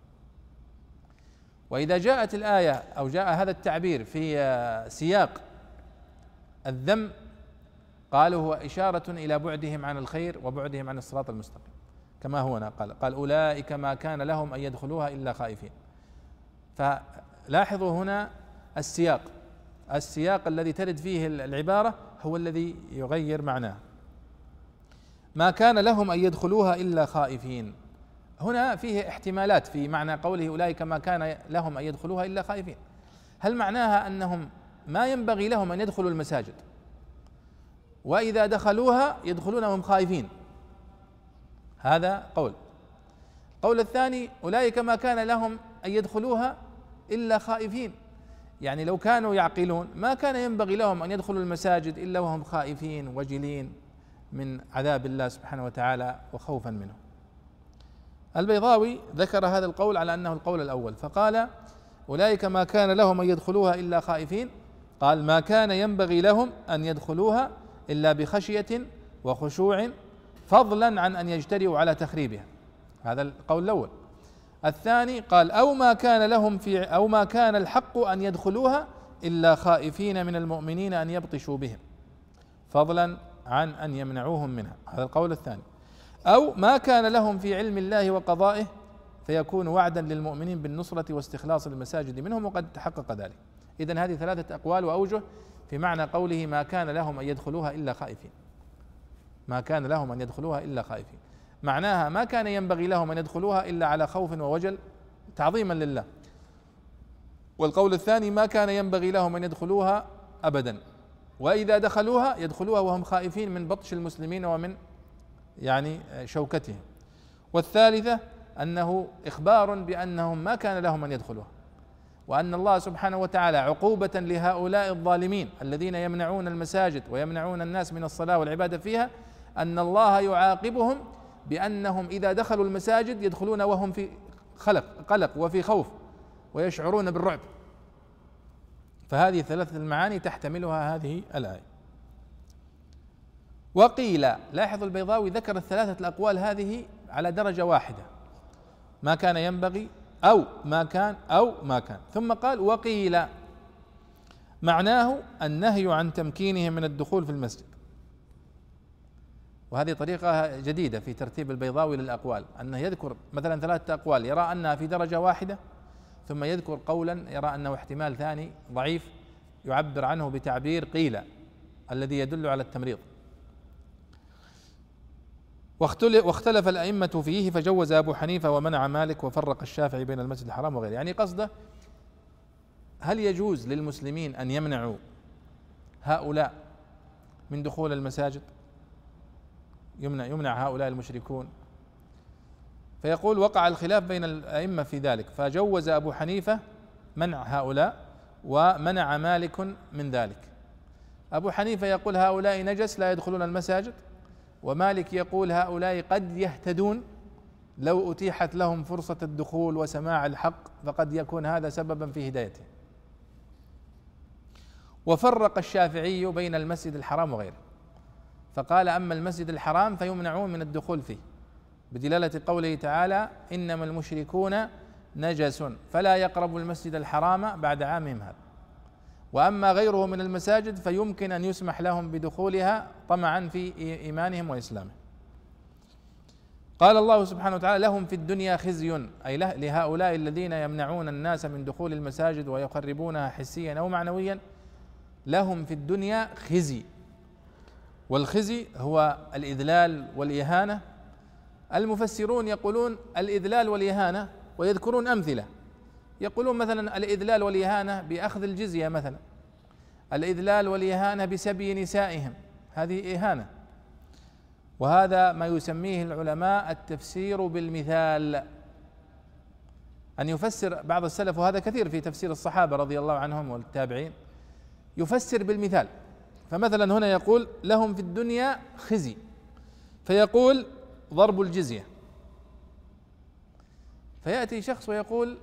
وإذا جاءت الآية أو جاء هذا التعبير في سياق الذم قالوا هو إشارة إلى بعدهم عن الخير وبعدهم عن الصراط المستقيم، كما هو هنا قال أولئك ما كان لهم أن يدخلوها إلا خائفين. فلاحظوا هنا السياق الذي ترد فيه العبارة هو الذي يغير معناه. ما كان لهم أن يدخلوها إلا خائفين، هنا فيه احتمالات في معنى قوله أولئك ما كان لهم أن يدخلوها إلا خائفين. هل معناها أنهم ما ينبغي لهم أن يدخلوا المساجد وإذا دخلوها يدخلون وهم خائفين؟ هذا قول. القول الثاني: أولئك ما كان لهم أن يدخلوها إلا خائفين، يعني لو كانوا يعقلون ما كان ينبغي لهم أن يدخلوا المساجد إلا وهم خائفين وجلين من عذاب الله سبحانه وتعالى وخوفا منه. البيضاوي ذكر هذا القول على أنه القول الأول، فقال أولئك ما كان لهم أن يدخلوها إلا خائفين، قال ما كان ينبغي لهم أن يدخلوها إلا بخشية وخشوع فضلا عن أن يجترئوا على تخريبها. هذا القول الأول. الثاني قال أو ما كان الحق أن يدخلوها إلا خائفين من المؤمنين أن يبطشوا بهم فضلا عن أن يمنعوهم منها. هذا القول الثاني. أو ما كان لهم في علم الله وقضائه فيكون وعدا للمؤمنين بالنصرة واستخلاص المساجد منهم، وقد تحقق ذلك. إذن هذه ثلاثة أقوال وأوجه في معنى قوله ما كان لهم أن يدخلوها إلا خائفين. ما كان لهم أن يدخلوها إلا خائفين، معناها ما كان ينبغي لهم أن يدخلوها إلا على خوف ووجل تعظيما لله. والقول الثاني ما كان ينبغي لهم أن يدخلوها أبدا، وإذا دخلوها يدخلوها وهم خائفين من بطش المسلمين ومن شوكتهم. والثالثة أنه إخبار بأنهم ما كان لهم أن يدخلوها، وأن الله سبحانه وتعالى عقوبة لهؤلاء الظالمين الذين يمنعون المساجد ويمنعون الناس من الصلاة والعبادة فيها، أن الله يعاقبهم بأنهم إذا دخلوا المساجد يدخلون وهم في قلق وفي خوف ويشعرون بالرعب. فهذه ثلاثة المعاني تحتملها هذه الآية. وقيل، لاحظ البيضاوي ذكر الثلاثة الأقوال هذه على درجة واحدة، ما كان ينبغي أو ما كان أو ما كان، ثم قال وقيل معناه النهي عن تمكينهم من الدخول في المسجد. وهذه طريقة جديدة في ترتيب البيضاوي للأقوال، أنه يذكر مثلا ثلاثة أقوال يرى أنها في درجة واحدة، ثم يذكر قولا يرى أنه احتمال ثاني ضعيف يعبر عنه بتعبير قيل الذي يدل على التمريض. واختلف الأئمة فيه، فجوز أبو حنيفة ومنع مالك وفرق الشافعي بين المسجد الحرام وغيره. يعني قصده هل يجوز للمسلمين أن يمنعوا هؤلاء من دخول المساجد، يمنع هؤلاء المشركون؟ فيقول وقع الخلاف بين الأئمة في ذلك، فجوز أبو حنيفة منع هؤلاء ومنع مالك من ذلك. أبو حنيفة يقول هؤلاء نجس لا يدخلون المساجد، ومالك يقول هؤلاء قد يهتدون لو أتيحت لهم فرصة الدخول وسماع الحق، فقد يكون هذا سببا في هدايته. وفرق الشافعي بين المسجد الحرام وغيره، فقال أما المسجد الحرام فيمنعون من الدخول فيه بدلالة قوله تعالى إنما المشركون نجس فلا يقربوا المسجد الحرام بعد عامهم هذا. وأما غيره من المساجد فيمكن أن يسمح لهم بدخولها طمعا في إيمانهم وإسلامهم. قال الله سبحانه وتعالى لهم في الدنيا خزي، أي لهؤلاء الذين يمنعون الناس من دخول المساجد ويخربونها حسيا أو معنويا، لهم في الدنيا خزي. والخزي هو الإذلال والإهانة. المفسرون يقولون الإذلال والإهانة ويذكرون أمثلة، يقولون مثلا الإذلال والإهانة بأخذ الجزية، مثلا الإذلال والإهانة بسبي نسائهم، هذه إهانة. وهذا ما يسميه العلماء التفسير بالمثال، أن يفسر بعض السلف، وهذا كثير في تفسير الصحابة رضي الله عنهم والتابعين، يفسر بالمثال. فمثلا هنا يقول لهم في الدنيا خزي، فيقول ضرب الجزية، فيأتي شخص ويقول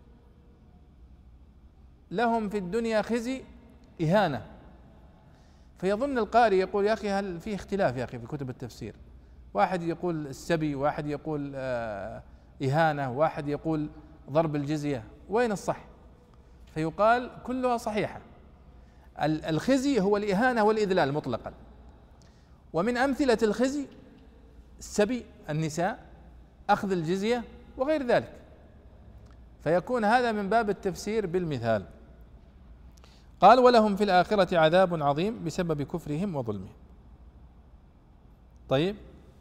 لهم في الدنيا خزي إهانة، فيظن القارئ يقول يا أخي هل فيه اختلاف يا أخي في كتب التفسير، واحد يقول السبي، واحد يقول إهانة، واحد يقول ضرب الجزية، وين الصح؟ فيقال كلها صحيحة. الخزي هو الإهانة والإذلال مطلقا، ومن أمثلة الخزي السبي، النساء، أخذ الجزية وغير ذلك، فيكون هذا من باب التفسير بالمثال. قال ولهم في الآخرة عذاب عظيم بسبب كفرهم وظلمهم. طيب،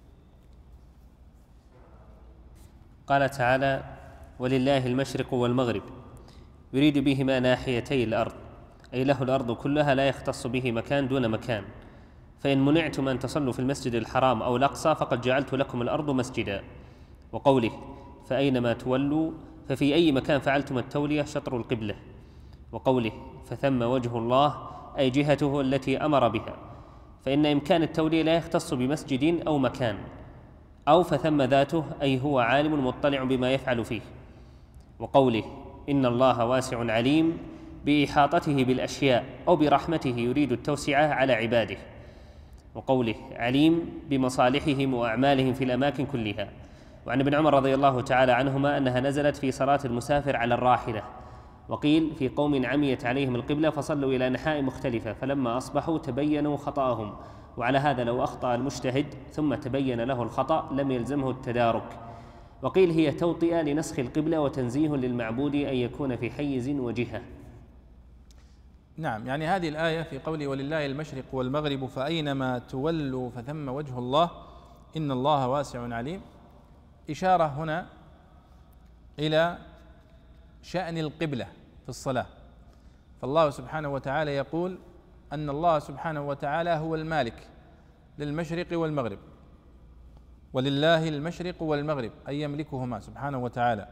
قال تعالى ولله المشرق والمغرب يريد بهما ناحيتي الأرض، أي له الأرض كلها لا يختص به مكان دون مكان. فإن منعتم أن تصلوا في المسجد الحرام أو الأقصى فقد جعلت لكم الأرض مسجدا. وقوله فأينما تولوا ففي أي مكان فعلتم التولية شطر القبلة. وقوله فثم وجه الله أي جهته التي أمر بها، فإن إمكان التولية لا يختص بمسجد أو مكان، أو فثم ذاته أي هو عالم مطلع بما يفعل فيه. وقوله إن الله واسع عليم بإحاطته بالأشياء أو برحمته يريد التوسعة على عباده. وقوله عليم بمصالحهم وأعمالهم في الأماكن كلها. وعن ابن عمر رضي الله تعالى عنهما أنها نزلت في صلاة المسافر على الراحلة، وقيل في قوم عميت عليهم القبلة فصلوا إلى أنحاء مختلفة فلما أصبحوا تبينوا خطأهم، وعلى هذا لو أخطأ المجتهد ثم تبين له الخطأ لم يلزمه التدارك. وقيل هي توطئة لنسخ القبلة وتنزيه للمعبود أن يكون في حيز وجهة. نعم، يعني هذه الآية في قوله ولله المشرق والمغرب فأينما تولوا فثم وجه الله إن الله واسع عليم، إشارة هنا إلى شأن القبلة في الصلاة. فالله سبحانه وتعالى يقول أن الله سبحانه وتعالى هو المالك للمشرق والمغرب، ولله المشرق والمغرب أي يملكهما سبحانه وتعالى.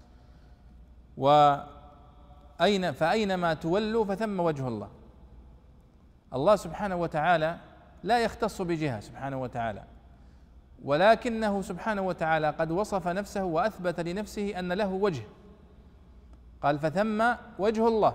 فأينما تولوا فثم وجه الله. الله سبحانه وتعالى لا يختص بجهة سبحانه وتعالى، ولكنه سبحانه وتعالى قد وصف نفسه وأثبت لنفسه أن له وجه، قال فثم وجه الله،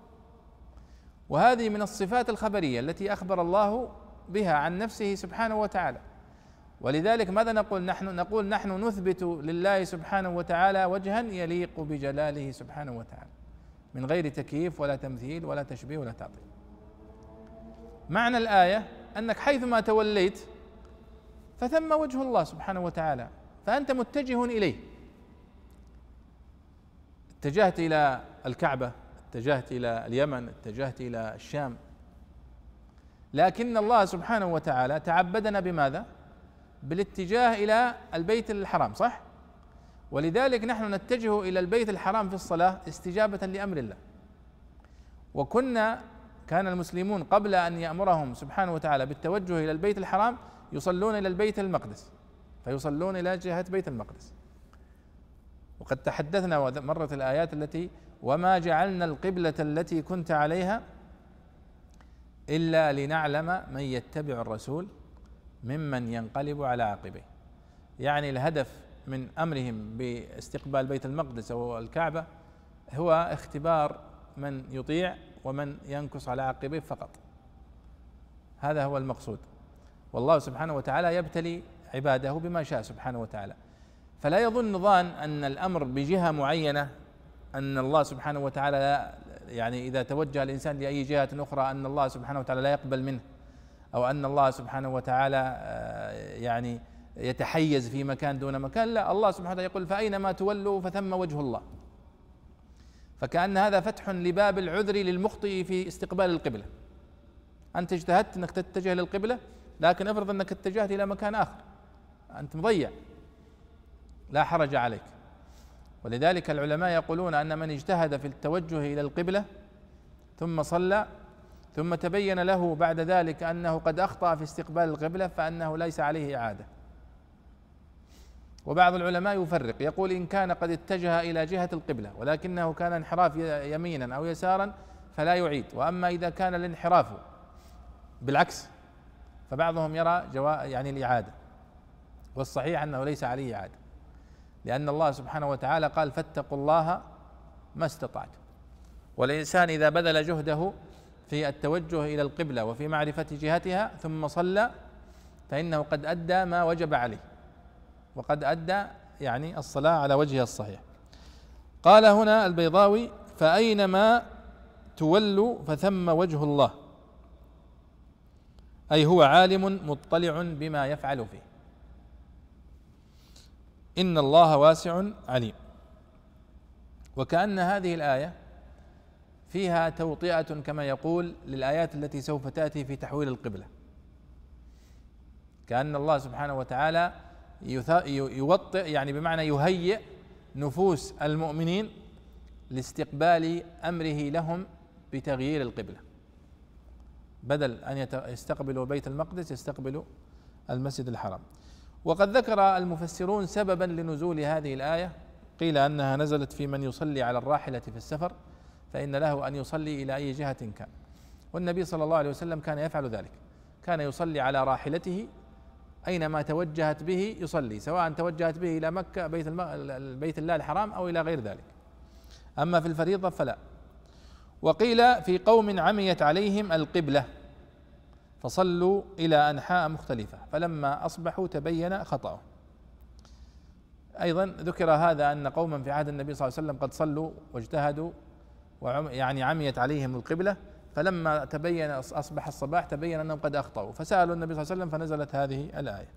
وهذه من الصفات الخبرية التي أخبر الله بها عن نفسه سبحانه وتعالى. ولذلك ماذا نقول نحن نثبت لله سبحانه وتعالى وجها يليق بجلاله سبحانه وتعالى من غير تكييف ولا تمثيل ولا تشبيه ولا تعطيل. معنى الآية أنك حيثما توليت فثم وجه الله سبحانه وتعالى، فأنت متجه إليه. اتجهت إلى الكعبة، اتجهت إلى اليمن، اتجهت إلى الشام، لكن الله سبحانه وتعالى تعبدنا بماذا؟ بالاتجاه إلى البيت الحرام، صح؟ ولذلك نحن نتجه إلى البيت الحرام في الصلاة استجابة لأمر الله. كان المسلمون قبل أن يأمرهم سبحانه وتعالى بالتوجه إلى البيت الحرام يصلون إلى البيت المقدس، فيصلون إلى جهة بيت المقدس. وقد تحدثنا ومرت الآيات التي وما جعلنا القبلة التي كنت عليها إلا لنعلم من يتبع الرسول ممن ينقلب على عقبيه. يعني الهدف من أمرهم باستقبال بيت المقدس أو الكعبة هو اختبار من يطيع ومن ينكص على عقبيه فقط، هذا هو المقصود. والله سبحانه وتعالى يبتلي عباده بما شاء سبحانه وتعالى، فلا يظن ظان أن الأمر بجهة معينة أن الله سبحانه وتعالى يعني إذا توجه الإنسان لأي جهة أخرى أن الله سبحانه وتعالى لا يقبل منه، أو أن الله سبحانه وتعالى يعني يتحيز في مكان دون مكان. لا، الله سبحانه وتعالى يقول فأينما تولوا فثم وجه الله، فكأن هذا فتح لباب العذر للمخطئ في استقبال القبلة. أنت اجتهدت أنك تتجه للقبلة، لكن افرض أنك اتجهت إلى مكان آخر، أنت مضيع، لا حرج عليك. ولذلك العلماء يقولون أن من اجتهد في التوجه إلى القبلة ثم صلى ثم تبين له بعد ذلك أنه قد أخطأ في استقبال القبلة فأنه ليس عليه إعادة. وبعض العلماء يفرق، يقول إن كان قد اتجه إلى جهة القبلة ولكنه كان انحراف يمينا أو يسارا فلا يعيد، وأما إذا كان الانحراف بالعكس فبعضهم يرى يعني الإعادة، والصحيح أنه ليس عليه إعادة، لأن الله سبحانه وتعالى قال فاتقوا الله ما استطعتم. والإنسان إذا بذل جهده في التوجه إلى القبلة وفي معرفة جهتها ثم صلى فإنه قد أدى ما وجب عليه، وقد أدى يعني الصلاة على وجهها الصحيح. قال هنا البيضاوي فأينما تولوا فثم وجه الله، أي هو عالم مطلع بما يفعل فيه، إن الله واسع عليم. وكأن هذه الآية فيها توطئة كما يقول للآيات التي سوف تأتي في تحويل القبلة، كأن الله سبحانه وتعالى يوطئ يعني بمعنى يهيئ نفوس المؤمنين لاستقبال أمره لهم بتغيير القبلة، بدل أن يستقبلوا بيت المقدس يستقبلوا المسجد الحرام. وقد ذكر المفسرون سببا لنزول هذه الآية، قيل أنها نزلت في من يصلي على الراحلة في السفر، فإن له أن يصلي إلى أي جهة كان. والنبي صلى الله عليه وسلم كان يفعل ذلك، كان يصلي على راحلته أينما توجهت به يصلي، سواء توجهت به إلى مكة بيت الله الحرام أو إلى غير ذلك. أما في الفريضة فلا. وقيل في قوم عميت عليهم القبلة فصلوا إلى أنحاء مختلفة فلما أصبحوا تبين خطأهم. أيضا ذكر هذا أن قوما في عهد النبي صلى الله عليه وسلم قد صلوا واجتهدوا يعني عميت عليهم القبلة، فلما تبين أصبح الصباح تبين أنهم قد أخطأوا فسألوا النبي صلى الله عليه وسلم فنزلت هذه الآية.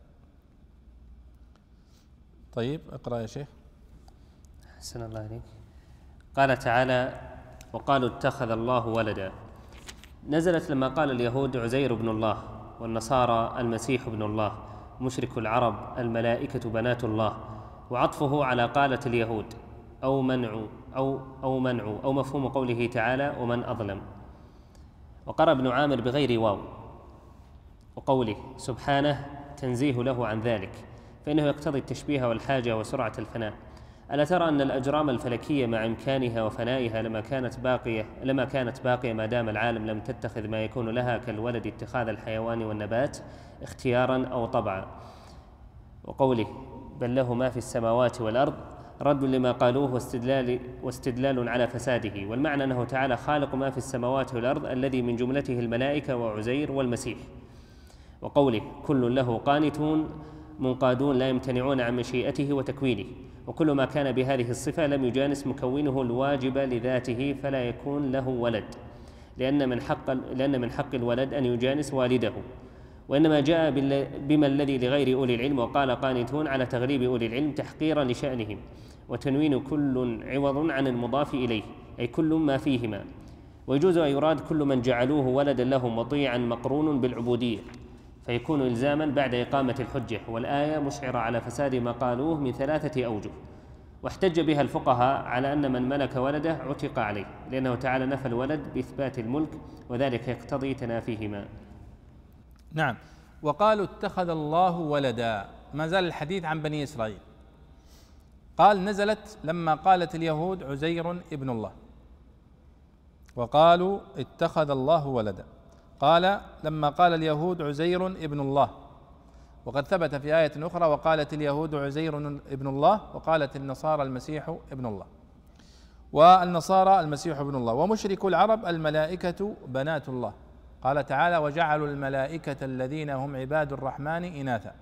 طيب اقرأ يا شيخ. أحسن الله عليك. قال تعالى: وقالوا اتخذ الله ولدا. نزلت لما قال اليهود عزير ابن الله، والنصارى المسيح ابن الله، مشرك العرب الملائكة بنات الله، وعطفه على قالت اليهود أو منع أو مفهوم قوله تعالى: ومن أظلم. وقرأ ابن عامر بغير واو، وقوله سبحانه تنزيه له عن ذلك، فإنه يقتضي التشبيه والحاجة وسرعة الفناء. ألا ترى أن الأجرام الفلكية مع إمكانها وفنائها لما كانت باقية ما دام العالم لم تتخذ ما يكون لها كالولد اتخاذ الحيوان والنبات اختيارا أو طبعا. وقوله بل له ما في السماوات والأرض رد لما قالوه واستدلال على فساده، والمعنى أنه تعالى خالق ما في السماوات والأرض الذي من جملته الملائكة وعزير والمسيح. وقوله كل له قانتون منقادون لا يمتنعون عن مشيئته وتكوينه، وكل ما كان بهذه الصفة لم يجانس مكونه الواجب لذاته فلا يكون له ولد، لأن من حق الولد أن يجانس والده. وإنما جاء بما الذي لغير أولي العلم وقال قانتون على تغليب أولي العلم تحقيرا لشأنهم، وتنوين كل عوض عن المضاف إليه أي كل ما فيهما. ويجوز أن يراد كل من جعلوه ولدا لهم مطيعا مقرون بالعبودية، فيكون إلزاما بعد إقامة الحجة. والآية مشعرة على فساد ما قالوه من 3 أوجه. واحتج بها الفقهاء على أن من ملك ولده عتق عليه، لأنه تعالى نفى الولد بإثبات الملك، وذلك يقتضي تنافيهما. نعم. وقالوا اتخذ الله ولدا، ما زال الحديث عن بني إسرائيل. قال نزلت لما قالت اليهود عزير ابن الله، وقالوا اتخذ الله ولدا. قال لما قال اليهود عزير ابن الله، وقد ثبت في آية أخرى وقالت اليهود عزير ابن الله، وقالت النصارى المسيح ابن الله، والنصارى المسيح ابن الله. ومشرك العرب الملائكة بنات الله. قال تعالى وجعلوا الملائكة الذين هم عباد الرحمن إناثا.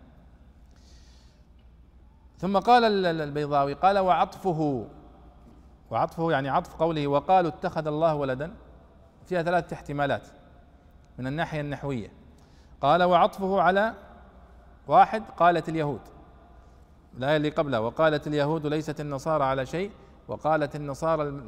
ثم قال البيضاوي قال وعطفه يعني عطف قوله وقالوا اتخذ الله ولدا فيها 3 احتمالات من الناحية النحوية. قال وعطفه على 1 قالت اليهود، الآية اللي قبلها وقالت اليهود ليست النصارى على شيء، وقالت النصارى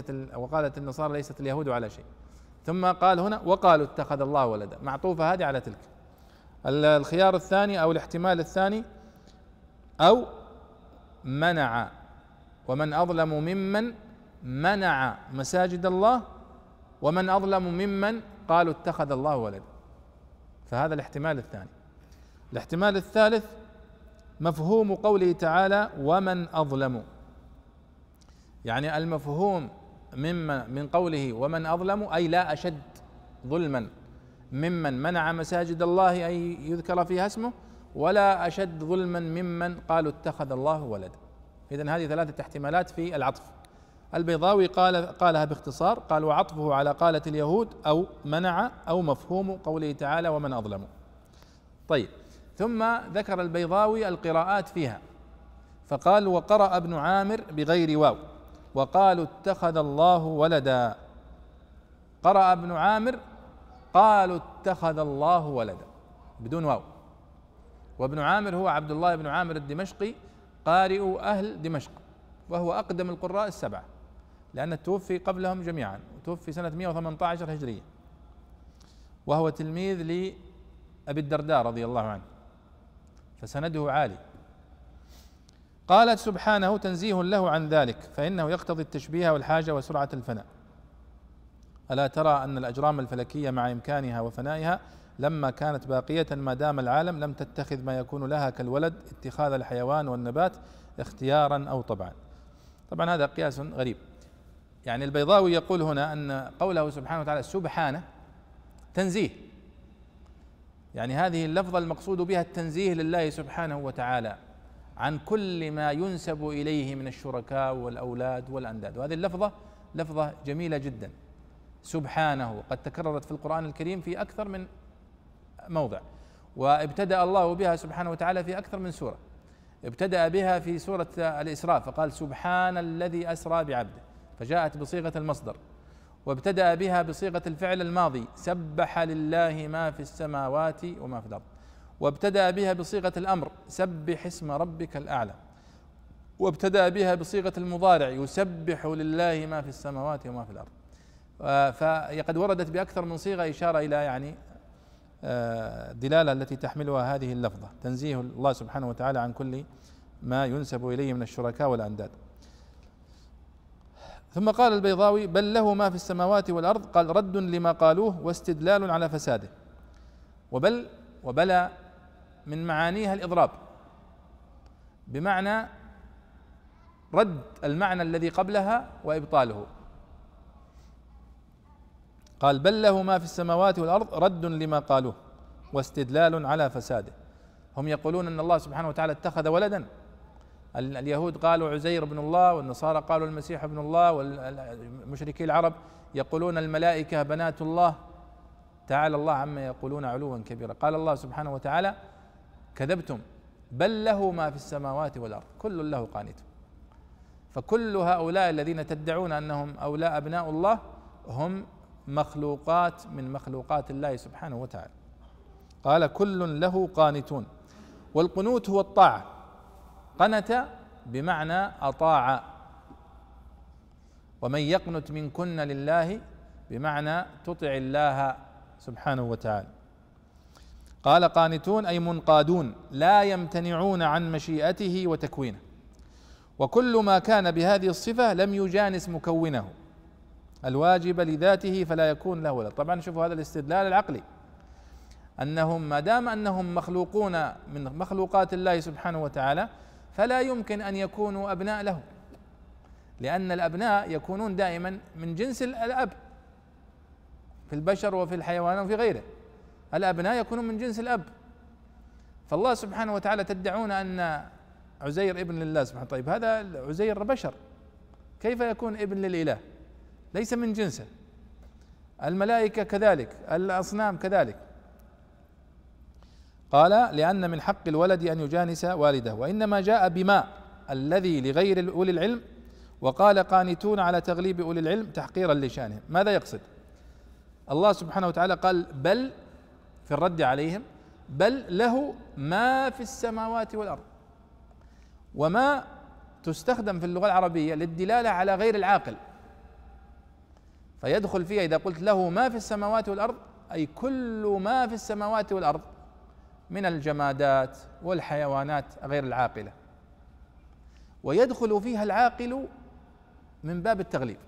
ليست اليهود على شيء. ثم قال هنا وقالوا اتخذ الله ولدا، معطوفة هذه على تلك. الخيار الثاني أو الاحتمال الثاني أو منع، ومن أظلم ممن منع مساجد الله، ومن أظلم ممن قالوا اتخذ الله ولدا. فهذا الاحتمال الثاني. الاحتمال الثالث مفهوم قوله تعالى ومن أظلم، يعني المفهوم من قوله ومن أظلم أي لا أشد ظلما ممن منع مساجد الله أي يذكر فيها اسمه، ولا أشد ظلما ممن قالوا اتخذ الله ولدا. إذن هذه 3 احتمالات في العطف. البيضاوي قالها باختصار، قال وعطفه على قالت اليهود أو منع أو مفهوم قوله تعالى ومن أظلم. طيب، ثم ذكر البيضاوي القراءات فيها فقال وقرأ ابن عامر بغير واو وقالوا اتخذ الله ولدا. قرأ ابن عامر قالوا اتخذ الله ولدا بدون واو. وابن عامر هو عبد الله بن عامر الدمشقي قارئ أهل دمشق، وهو أقدم القراء ال7 لأنه توفي قبلهم جميعا، توفي سنة 118 هجرية، وهو تلميذ لأبي الدرداء رضي الله عنه، فسنده عالي. قالت سبحانه تنزيه له عن ذلك، فإنه يقتضي التشبيه والحاجة وسرعة الفناء. ألا ترى أن الأجرام الفلكية مع إمكانها وفنائها لما كانت باقية ما دام العالم لم تتخذ ما يكون لها كالولد اتخاذ الحيوان والنبات اختيارا أو طبعا. طبعا هذا قياس غريب، يعني البيضاوي يقول هنا أن قوله سبحانه وتعالى سبحانه تنزيه، يعني هذه اللفظة المقصود بها التنزيه لله سبحانه وتعالى عن كل ما ينسب إليه من الشركاء والأولاد والأنداد. وهذه اللفظة لفظة جميلة جدا، سبحانه، قد تكررت في القرآن الكريم في أكثر من موضع، وابتدأ الله بها سبحانه وتعالى في أكثر من سورة. ابتدأ بها في سورة الإسراء فقال سبحان الذي أسرى بعبده، فجاءت بصيغة المصدر، وابتدأ بها بصيغة الفعل الماضي سبح لله ما في السماوات وما في الأرض، وابتدأ بها بصيغة الأمر سبح اسم ربك الأعلى، وابتدأ بها بصيغة المضارع يسبح لله ما في السماوات وما في الأرض. فقد وردت بأكثر من صيغة إشارة إلى يعني الدلالة التي تحملها هذه اللفظة، تنزيه الله سبحانه وتعالى عن كل ما ينسب إليه من الشركاء والأنداد. ثم قال البيضاوي بل له ما في السماوات والأرض، قال رد لما قالوه واستدلال على فساده. وبلى من معانيها الإضراب، بمعنى رد المعنى الذي قبلها وإبطاله. قال بل له ما في السماوات والأرض رد لما قالوه واستدلال على فساده. هم يقولون أن الله سبحانه وتعالى اتخذ ولدا، اليهود قالوا عزير ابن الله، والنصارى قالوا المسيح ابن الله، والمشركي العرب يقولون الملائكة بنات الله، تعالى الله عما يقولون علوا كبيرا. قال الله سبحانه وتعالى كذبتم بل له ما في السماوات والأرض كل له قانت. فكل هؤلاء الذين تدعون أنهم أولاء أبناء الله هم مخلوقات من مخلوقات الله سبحانه وتعالى. قال كل له قانتون، والقنوت هو الطاعة، قنت بمعنى أطاع، ومن يقنت منكن لله بمعنى تطع الله سبحانه وتعالى. قال قانتون أي منقادون لا يمتنعون عن مشيئته وتكوينه، وكل ما كان بهذه الصفة لم يجانس مكونه الواجب لذاته فلا يكون له ولد. طبعا شوفوا هذا الاستدلال العقلي، أنهم ما دام أنهم مخلوقون من مخلوقات الله سبحانه وتعالى فلا يمكن أن يكونوا أبناء له، لأن الأبناء يكونون دائما من جنس الأب في البشر وفي الحيوان وفي غيره، الأبناء يكونون من جنس الأب. فالله سبحانه وتعالى تدعون أن عزير ابن لله سبحانه، طيب هذا عزير بشر كيف يكون ابن للإله؟ ليس من جنسه. الملائكة كذلك، الأصنام كذلك. قال لأن من حق الولد أن يجانس والده، وإنما جاء بما الذي لغير أولي العلم، وقال قانتون على تغليب أولي العلم تحقيرا لشأنهم. ماذا يقصد؟ الله سبحانه وتعالى قال بل في الرد عليهم بل له ما في السماوات والأرض، وما تستخدم في اللغة العربية للدلالة على غير العاقل، فيدخل فيها إذا قلت له ما في السماوات والأرض أي كل ما في السماوات والأرض من الجمادات والحيوانات غير العاقلة، ويدخل فيها العاقل من باب التغليب.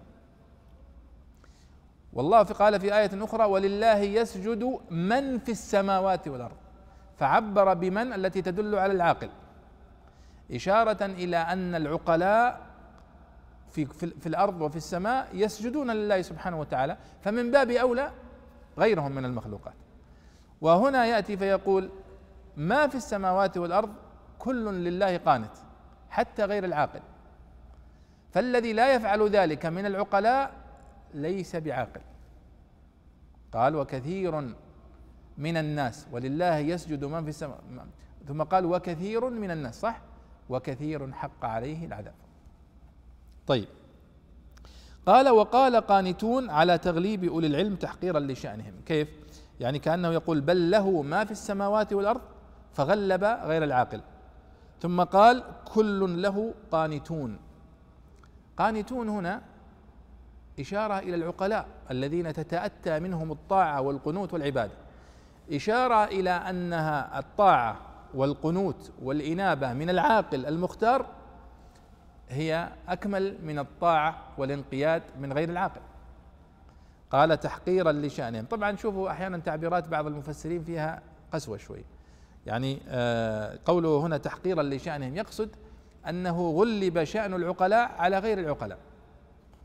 والله قال في آية أخرى ولله يسجد من في السماوات والأرض، فعبر بمن التي تدل على العاقل، إشارة إلى أن العقلاء في الأرض وفي السماء يسجدون لله سبحانه وتعالى، فمن باب أولى غيرهم من المخلوقات. وهنا يأتي فيقول ما في السماوات والأرض كل لله قانت، حتى غير العاقل، فالذي لا يفعل ذلك من العقلاء ليس بعاقل. قال وكثير من الناس ولله يسجد من في السماء، ثم قال وكثير من الناس، صح، وكثير حق عليه العذاب. طيب، قال وقال قانتون على تغليب أولي العلم تحقيرا لشأنهم. كيف؟ يعني كأنه يقول بل له ما في السماوات والأرض فغلب غير العاقل، ثم قال كل له قانتون. قانتون هنا إشارة إلى العقلاء الذين تتأتى منهم الطاعة والقنوت والعبادة، إشارة إلى أنها الطاعة والقنوت والإنابة من العاقل المختار هي أكمل من الطاعة والانقياد من غير العاقل. قال تحقيرا لشأنهم. طبعا شوفوا أحيانا تعبيرات بعض المفسرين فيها قسوة شوي، يعني قوله هنا تحقيرا لشأنهم يقصد أنه غلب شأن العقلاء على غير العقلاء،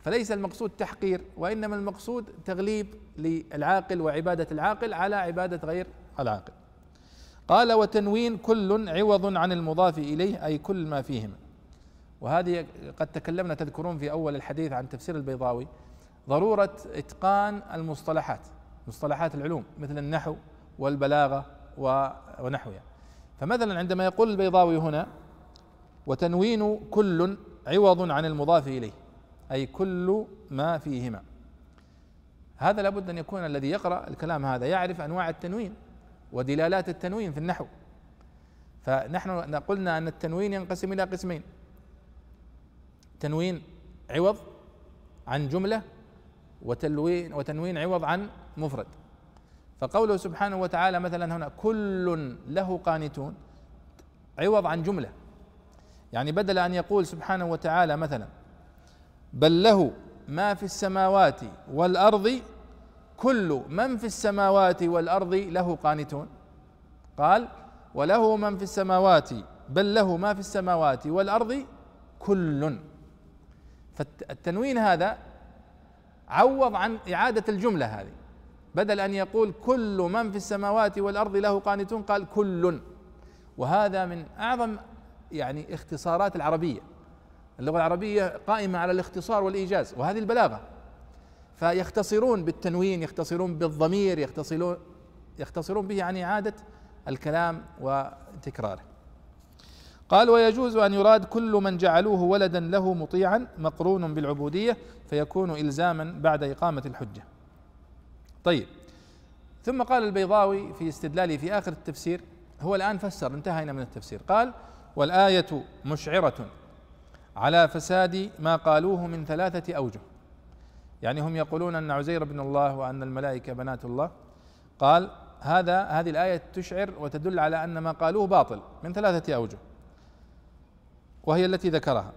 فليس المقصود تحقير، وإنما المقصود تغليب للعاقل وعبادة العاقل على عبادة غير العاقل. قال: وتنوين كل عوض عن المضاف إليه، أي كل ما فيهما. وهذه قد تكلمنا تذكرون في أول الحديث عن تفسير البيضاوي ضرورة إتقان المصطلحات، مصطلحات العلوم مثل النحو والبلاغة ونحوها. فمثلا عندما يقول البيضاوي هنا: وتنوين كل عوض عن المضاف إليه، أي كل ما فيهما، هذا لابد أن يكون الذي يقرأ الكلام هذا يعرف أنواع التنوين ودلالات التنوين في النحو. فنحن قلنا أن التنوين ينقسم إلى قسمين: تنوين عوض عن جملة، وتنوين عوض عن مفرد. فقوله سبحانه وتعالى مثلا هنا: كل له قانتون، عوض عن جملة، يعني بدل أن يقول سبحانه وتعالى مثلا: بل له ما في السماوات والأرض كل من في السماوات والأرض له قانتون، قال: وله من في السماوات، بل له ما في السماوات والأرض كل. فالتنوين هذا عوض عن إعادة الجملة هذه، بدل أن يقول كل من في السماوات والأرض له قانتون قال كل. وهذا من أعظم يعني اختصارات العربية. اللغة العربية قائمة على الاختصار والإيجاز، وهذه البلاغة. فيختصرون بالتنوين، يختصرون بالضمير، يختصرون به عن إعادة الكلام وتكراره. قال: ويجوز أن يراد كل من جعلوه ولدا له مطيعا مقرون بالعبودية، فيكون إلزاما بعد إقامة الحجة. طيب، ثم قال البيضاوي في استدلاله في آخر التفسير، هو الآن فسر، انتهينا من التفسير، قال: والآية مشعرة على فساد ما قالوه من 3 أوجه. يعني هم يقولون أن عزير بن الله وأن الملائكة بنات الله. قال: هذه الآية تشعر وتدل على أن ما قالوه باطل من 3 أوجه، وهي التي ذكرها.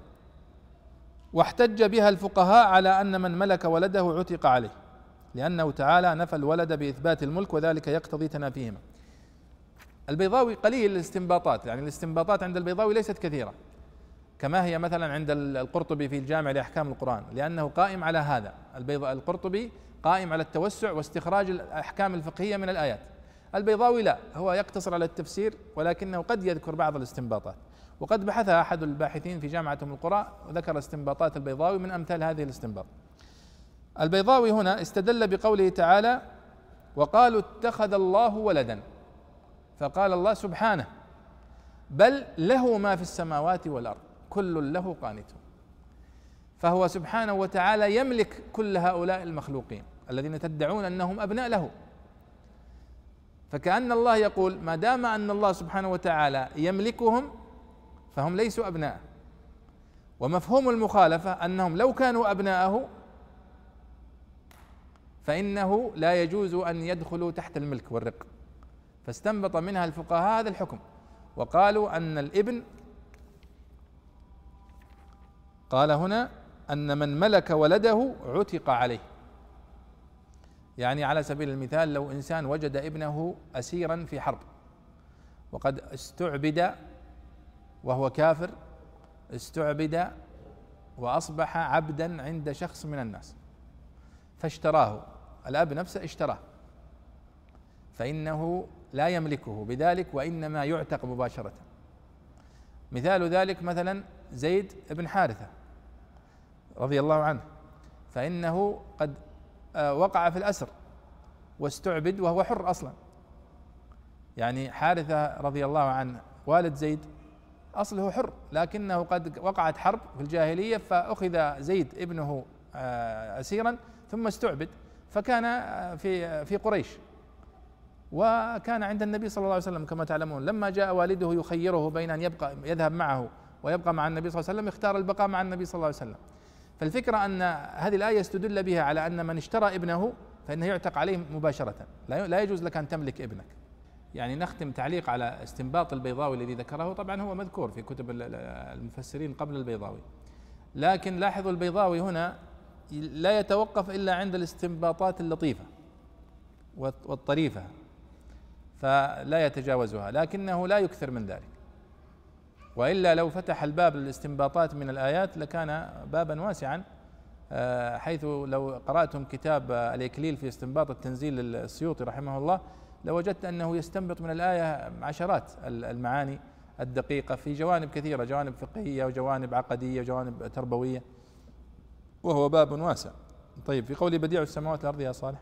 واحتج بها الفقهاء على أن من ملك ولده عتق عليه، لأنه تعالى نفى الولد بإثبات الملك، وذلك يقتضي تنافيهما. البيضاوي قليل الاستنباطات، يعني الاستنباطات عند البيضاوي ليست كثيرة كما هي مثلا عند القرطبي في الجامع لأحكام القرآن، لأنه قائم على هذا. القرطبي قائم على التوسع واستخراج الأحكام الفقهية من الآيات. البيضاوي لا، هو يقتصر على التفسير، ولكنه قد يذكر بعض الاستنباطات. وقد بحثها أحد الباحثين في جامعة أم القرى وذكر استنباطات البيضاوي، من أمثال هذه الاستنباط. البيضاوي هنا استدل بقوله تعالى: وقالوا اتخذ الله ولدا، فقال الله سبحانه: بل له ما في السماوات والأرض كل له قانتون. فهو سبحانه وتعالى يملك كل هؤلاء المخلوقين الذين تدعون أنهم أبناء له. فكأن الله يقول: ما دام أن الله سبحانه وتعالى يملكهم فهم ليسوا أبناء. ومفهوم المخالفة أنهم لو كانوا أبناءه فإنه لا يجوز أن يدخلوا تحت الملك والرق. فاستنبط منها الفقهاء هذا الحكم، وقالوا أن الابن، قال هنا أن من ملك ولده عتق عليه. يعني على سبيل المثال، لو إنسان وجد ابنه أسيرا في حرب وقد استعبد وهو كافر، استعبد وأصبح عبدا عند شخص من الناس، فاشتراه الأب نفسه، اشتراه، فإنه لا يملكه بذلك، وإنما يعتق مباشرة. مثال ذلك مثلا زيد بن حارثة رضي الله عنه، فإنه قد وقع في الأسر واستعبد وهو حر أصلا. يعني حارثة رضي الله عنه والد زيد أصله حر، لكنه قد وقعت حرب في الجاهلية فأخذ زيد ابنه أسيرا ثم استعبد، فكان في قريش، وكان عند النبي صلى الله عليه وسلم كما تعلمون. لما جاء والده يخيره بين أن يذهب معه ويبقى مع النبي صلى الله عليه وسلم، اختار البقاء مع النبي صلى الله عليه وسلم. فالفكرة أن هذه الآية استدل بها على أن من اشترى ابنه فإنه يعتق عليه مباشرة، لا يجوز لك أن تملك ابنك. يعني نختم تعليق على استنباط البيضاوي الذي ذكره، طبعا هو مذكور في كتب المفسرين قبل البيضاوي، لكن لاحظوا البيضاوي هنا لا يتوقف إلا عند الاستنباطات اللطيفة والطريفة، فلا يتجاوزها، لكنه لا يكثر من ذلك. وإلا لو فتح الباب للاستنباطات من الآيات لكان بابا واسعا حيث لو قرأتم كتاب الإكليل في استنباط التنزيل للسيوطي رحمه الله لوجدت أنه يستنبط من الآية عشرات المعاني الدقيقة في جوانب كثيرة، جوانب فقهية وجوانب عقدية وجوانب تربوية، وهو باب واسع. طيب، في قول بديع السماوات والأرض يا صالح،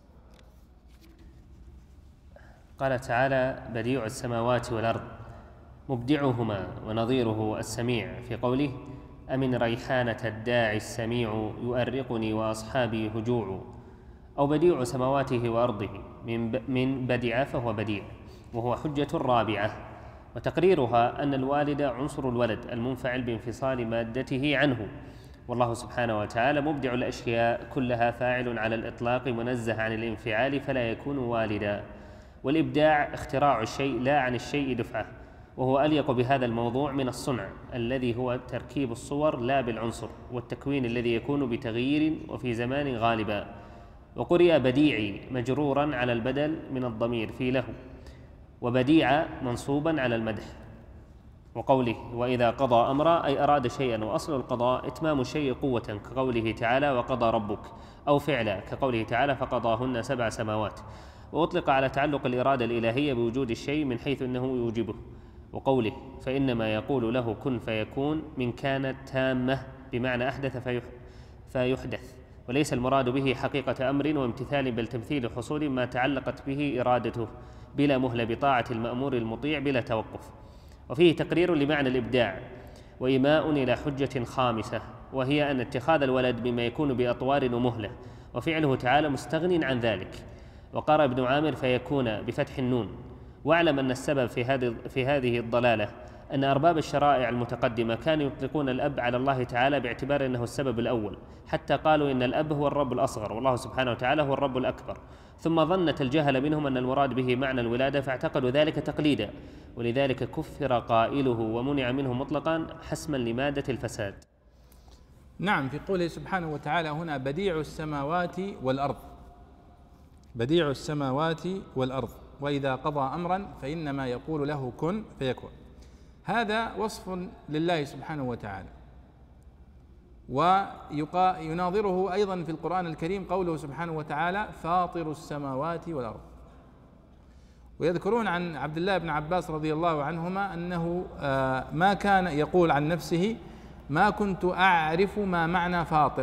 قال تعالى: بديع السماوات والأرض مبدعهما ونظيره السميع، في قوله: أمن ريحانة الداعي السميع يؤرقني وأصحابي هجوع. أو بديع سماواته وأرضه من بدع فهو بديع، وهو حجة رابعة، وتقريرها أن الوالد عنصر الولد المنفعل بانفصال مادته عنه، والله سبحانه وتعالى مبدع الأشياء كلها، فاعل على الإطلاق منزه عن الانفعال فلا يكون والدا. والإبداع اختراع الشيء لا عن الشيء دفعة، وهو أليق بهذا الموضوع من الصنع الذي هو تركيب الصور لا بالعنصر، والتكوين الذي يكون بتغيير وفي زمان غالبا. وقرئ بديعي مجرورا على البدل من الضمير في له، وبديع منصوبا على المدح. وقوله: وإذا قضى أمرا أي أراد شيئا، وأصل القضاء إتمام الشيء قوة، كقوله تعالى: وقضى ربك، أو فعلا، كقوله تعالى: فقضاهن 7 سماوات. وأطلق على تعلق الإرادة الإلهية بوجود الشيء من حيث أنه يوجبه. وقوله: فإنما يقول له كن فيكون، من كانت تامة بمعنى أحدث فيحدث، وليس المراد به حقيقة أمر وامتثال، بل تمثيل حصول ما تعلقت به إرادته بلا مهلة بطاعة المأمور المطيع بلا توقف. وفيه تقرير لمعنى الإبداع، وإيماء إلى حجة خامسة، وهي أن اتخاذ الولد بما يكون بأطوار ومهلة، وفعله تعالى مستغن عن ذلك. وقرأ ابن عامر فيكون بفتح النون. واعلم أن السبب في هذه الضلالة أن أرباب الشرائع المتقدمة كانوا يطلقون الأب على الله تعالى باعتبار أنه السبب الأول، حتى قالوا إن الأب هو الرب الأصغر والله سبحانه وتعالى هو الرب الأكبر. ثم ظنت الجهل منهم أن المراد به معنى الولادة فاعتقدوا ذلك تقليدا، ولذلك كفر قائله ومنع منه مطلقا حسما لمادة الفساد. نعم، في قوله سبحانه وتعالى هنا: بديع السماوات والأرض، بديع السماوات والأرض، وإذا قضى أمرا فإنما يقول له كن فيكون. هذا وصف لله سبحانه وتعالى، ويناظره أيضا في القرآن الكريم قوله سبحانه وتعالى: فاطر السماوات والأرض. ويذكرون عن عبد الله بن عباس رضي الله عنهما أنه ما كان يقول عن نفسه: ما كنت أعرف ما معنى فاطر،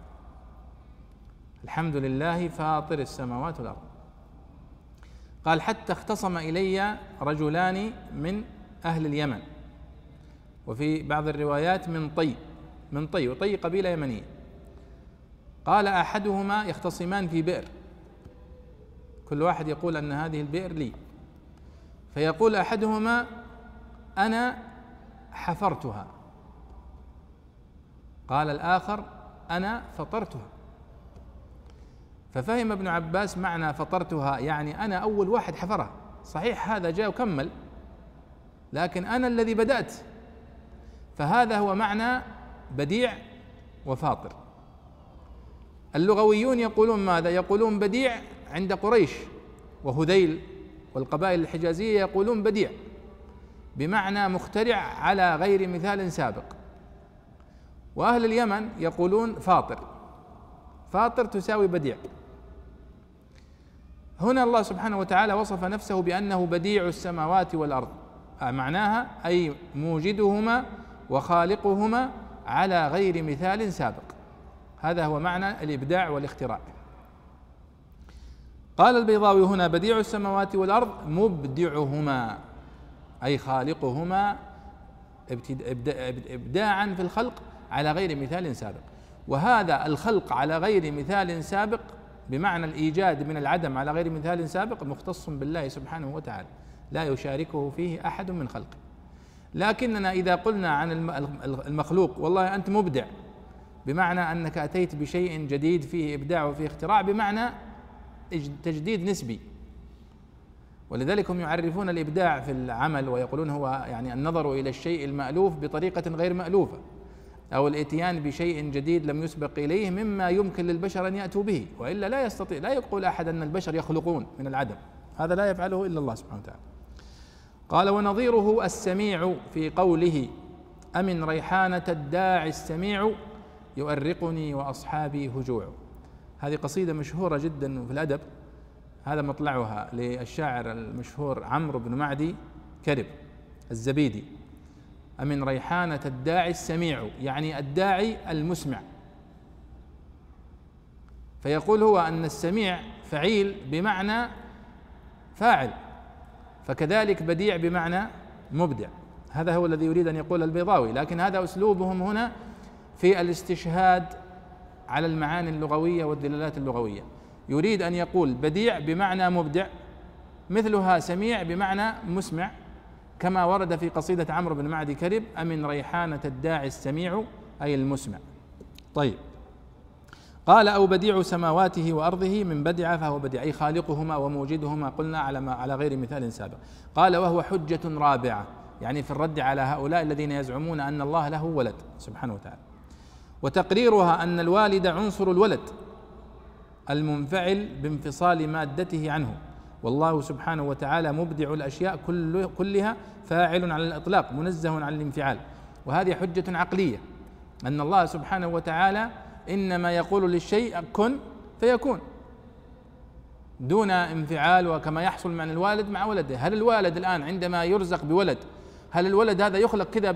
الحمد لله فاطر السماوات والأرض. قال: حتى اختصم إلي رجلان من أهل اليمن، وفي بعض الروايات من طي، وطي قبيلة يمنية. قال: أحدهما يختصمان في بئر، كل واحد يقول أن هذه البئر لي، فيقول أحدهما: أنا حفرتها. قال الآخر: أنا فطرتها. ففهم ابن عباس معنى فطرتها يعني أنا أول واحد حفرها، صحيح هذا جاء وكمل، لكن أنا الذي بدأت. فهذا هو معنى بديع وفاطر. اللغويون يقولون ماذا؟ يقولون بديع عند قريش وهذيل والقبائل الحجازية، يقولون بديع بمعنى مخترع على غير مثال سابق. وأهل اليمن يقولون فاطر، فاطر تساوي بديع. هنا الله سبحانه وتعالى وصف نفسه بأنه بديع السماوات والأرض، معناها أي موجدهما وخالقهما على غير مثال سابق. هذا هو معنى الإبداع والاختراع. قال البيضاوي هنا: بديع السماوات والأرض مبدعهما، أي خالقهما إبداعا في الخلق على غير مثال سابق. وهذا الخلق على غير مثال سابق بمعنى الإيجاد من العدم على غير مثال سابق مختص بالله سبحانه وتعالى، لا يشاركه فيه أحد من خلقه. لكننا إذا قلنا عن المخلوق والله أنت مبدع، بمعنى أنك أتيت بشيء جديد فيه إبداع وفيه اختراع، بمعنى تجديد نسبي. ولذلك هم يعرفون الإبداع في العمل ويقولون هو يعني النظر إلى الشيء المألوف بطريقة غير مألوفة، أو الإتيان بشيء جديد لم يسبق إليه مما يمكن للبشر أن يأتوا به، وإلا لا يستطيع، لا يقول أحد أن البشر يخلقون من العدم، هذا لا يفعله إلا الله سبحانه وتعالى. قال: ونظيره السميع، في قوله: أمن ريحانة الداعي السميع يؤرقني وأصحابي هجوع. هذه قصيدة مشهورة جدا في الأدب، هذا مطلعها للشاعر المشهور عمرو بن معدي كرب الزبيدي: أمن ريحانة الداعي السميع، يعني الداعي المسمع. فيقول هو أن السميع فعيل بمعنى فاعل، فكذلك بديع بمعنى مبدع. هذا هو الذي يريد أن يقول البيضاوي، لكن هذا أسلوبهم هنا في الاستشهاد على المعاني اللغوية والدلالات اللغوية. يريد أن يقول بديع بمعنى مبدع، مثلها سميع بمعنى مسمع، كما ورد في قصيدة عمرو بن معدي كرب: أمن ريحانة الداعي السميع، أي المسمع. طيب، قال: أو بديع سماواته وأرضه، من بدع فهو بديع، أي خالقهما وموجدهما، قلنا على غير مثال سابق. قال: وهو حجة رابعة، يعني في الرد على هؤلاء الذين يزعمون أن الله له ولد سبحانه وتعالى. وتقريرها أن الوالد عنصر الولد المنفعل بانفصال مادته عنه، والله سبحانه وتعالى مبدع الأشياء كلها، فاعل على الإطلاق، منزه عن الانفعال. وهذه حجة عقلية، أن الله سبحانه وتعالى إنما يقول للشيء كن فيكون، دون انفعال، وكما يحصل مع الوالد مع ولده. هل الوالد الآن عندما يرزق بولد، هل الولد هذا يخلق كذا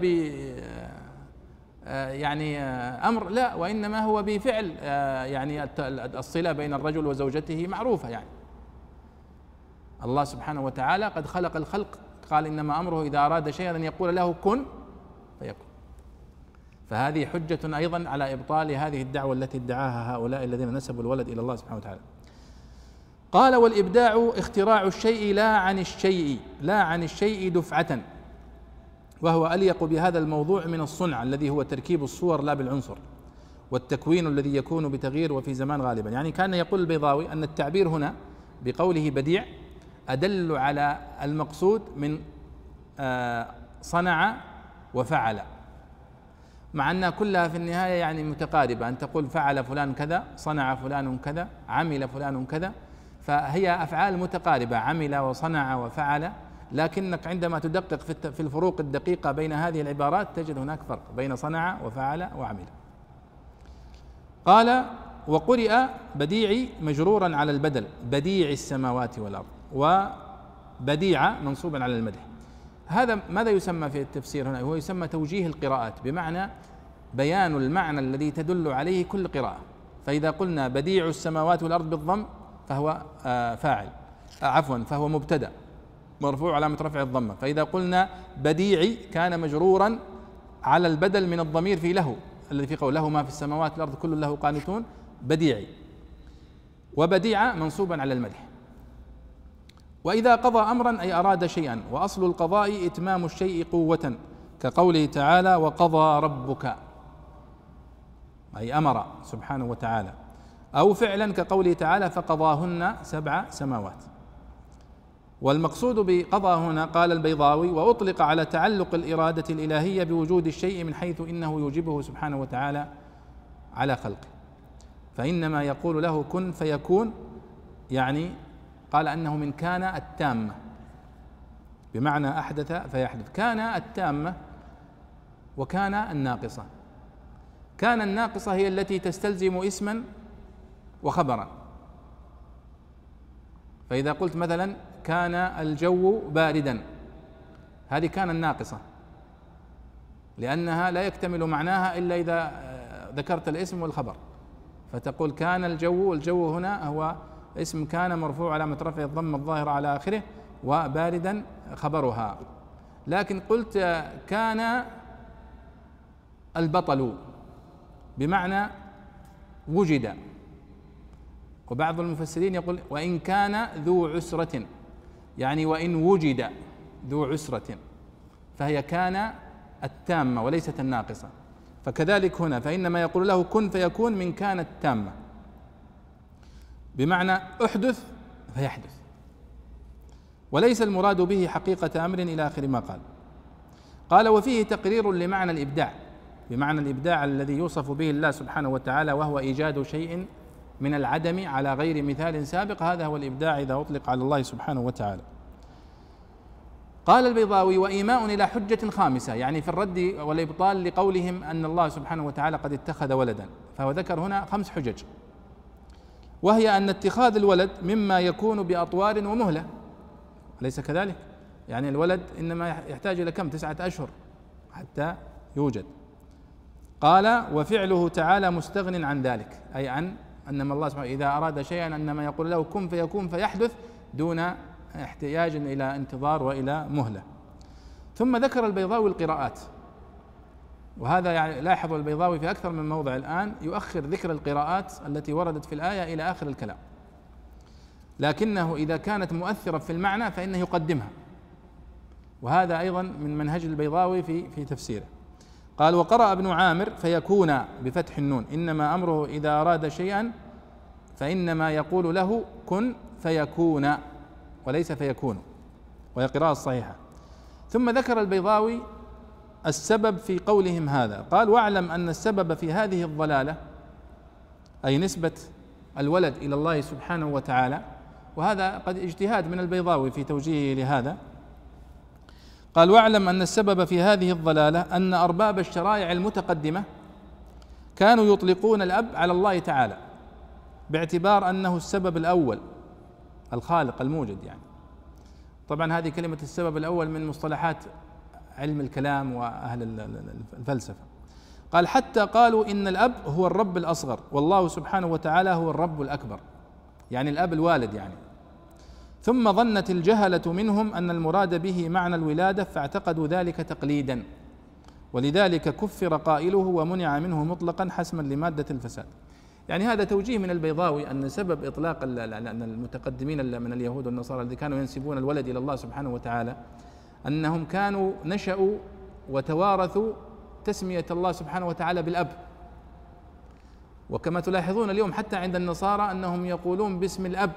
يعني أمر؟ لا، وإنما هو بفعل، يعني الصلة بين الرجل وزوجته معروفة. يعني الله سبحانه وتعالى قد خلق الخلق، قال: إنما أمره إذا أراد شيئا أن يقول له كن فيكون. فهذه حجة أيضا على إبطال هذه الدعوة التي ادعاها هؤلاء الذين نسبوا الولد إلى الله سبحانه وتعالى. قال: والإبداع اختراع الشيء لا عن الشيء دفعة، وهو أليق بهذا الموضوع من الصنع الذي هو تركيب الصور لا بالعنصر، والتكوين الذي يكون بتغيير وفي زمان غالبا. يعني كان يقول البيضاوي أن التعبير هنا بقوله بديع أدل على المقصود من صنع وفعل، مع أنها كلها في النهاية يعني متقاربة، أن تقول فعل فلان كذا، صنع فلان كذا، عمل فلان كذا، فهي أفعال متقاربة، عمل وصنع وفعل. لكنك عندما تدقق في الفروق الدقيقة بين هذه العبارات تجد هناك فرق بين صنع وفعل وعمل. قال: وقرئ بديع مجرورا على البدل، بديع السماوات والأرض، وبديع منصوبا على المدح. هذا ماذا يسمى في التفسير هنا؟ هو يسمى توجيه القراءات، بمعنى بيان المعنى الذي تدل عليه كل قراءة. فإذا قلنا بديع السماوات والأرض بالضم فهو فهو مبتدأ مرفوع علامة رفع الضمة. فإذا قلنا بديعي كان مجرورا على البدل من الضمير في له، الذي في قول له ما في السماوات والأرض كل له قانتون، بديعي. وبديع منصوبا على المدح. وإذا قضى أمرا أي أراد شيئا، وأصل القضاء إتمام الشيء قوة، كقوله تعالى: وقضى ربك، أي أمر سبحانه وتعالى. أو فعلا كقوله تعالى: فقضاهن 7 سماوات. والمقصود بقضى هنا قال البيضاوي: وأطلق على تعلق الإرادة الإلهية بوجود الشيء، من حيث إنه يوجبه سبحانه وتعالى على خلقه، فإنما يقول له كن فيكون. يعني قال أنه من كان التامة، بمعنى أحدث فيحدث. كان التامة وكان الناقصة. كان الناقصة هي التي تستلزم اسما وخبرا. فإذا قلت مثلا كان الجو باردا، هذه كان الناقصة، لأنها لا يكتمل معناها إلا إذا ذكرت الاسم والخبر. فتقول كان الجو، الجو هنا هو اسم كان مرفوع علامة رفع الضمة الظاهرة على آخره، وباردا خبرها. لكن قلت كان البطل، بمعنى وجد. وبعض المفسرين يقول وإن كان ذو عسرة، يعني وإن وجد ذو عسرة، فهي كان التامة وليست الناقصة. فكذلك هنا، فإنما يقول له كن فيكون من كان التامة، بمعنى احدث فيحدث، وليس المراد به حقيقة أمر إلى آخر ما قال. قال: وفيه تقرير لمعنى الإبداع، بمعنى الإبداع الذي يوصف به الله سبحانه وتعالى، وهو إيجاد شيء من العدم على غير مثال سابق. هذا هو الإبداع إذا أطلق على الله سبحانه وتعالى. قال البيضاوي: وإيماء إلى حجة خامسة، يعني في الرد والإبطال لقولهم أن الله سبحانه وتعالى قد اتخذ ولدا، فهو ذكر هنا 5 حجج، وهي أن اتخاذ الولد مما يكون بأطوار ومهلة، أليس كذلك؟ يعني الولد إنما يحتاج إلى كم؟ 9 أشهر حتى يوجد. قال: وفعله تعالى مستغن عن ذلك، أي عن أنما الله سبحانه إذا أراد شيئا أنما يقول له كن فيكون فيحدث دون احتياج إلى انتظار وإلى مهلة. ثم ذكر البيضاوي القراءات، وهذا يعني لاحظ البيضاوي في أكثر من موضع الآن يؤخر ذكر القراءات التي وردت في الآية إلى آخر الكلام، لكنه إذا كانت مؤثرة في المعنى فإنه يقدمها، وهذا أيضا من منهج البيضاوي في تفسيره. قال: وقرأ ابن عامر فيكون بفتح النون، إنما أمره إذا أراد شيئا فإنما يقول له كن فيكون وليس فيكون، وهي قراءة الصحيحة. ثم ذكر البيضاوي السبب في قولهم هذا، قال: واعلم أن السبب في هذه الضلالة، أي نسبة الولد إلى الله سبحانه وتعالى، وهذا قد اجتهاد من البيضاوي في توجيهه لهذا. قال: واعلم أن السبب في هذه الضلالة أن أرباب الشرائع المتقدمة كانوا يطلقون الأب على الله تعالى باعتبار أنه السبب الأول الخالق الموجد. يعني طبعا هذه كلمة السبب الأول من مصطلحات علم الكلام وأهل الفلسفة. قال: حتى قالوا إن الأب هو الرب الأصغر والله سبحانه وتعالى هو الرب الأكبر، يعني الأب الوالد يعني. ثم ظنت الجهلة منهم أن المراد به معنى الولادة فاعتقدوا ذلك تقليدا، ولذلك كفر قائله ومنع منه مطلقا حسما لمادة الفساد. يعني هذا توجيه من البيضاوي أن سبب إطلاق المتقدمين من اليهود والنصارى الذين كانوا ينسبون الولد إلى الله سبحانه وتعالى أنهم كانوا نشأوا وتوارثوا تسمية الله سبحانه وتعالى بالأب، وكما تلاحظون اليوم حتى عند النصارى أنهم يقولون باسم الأب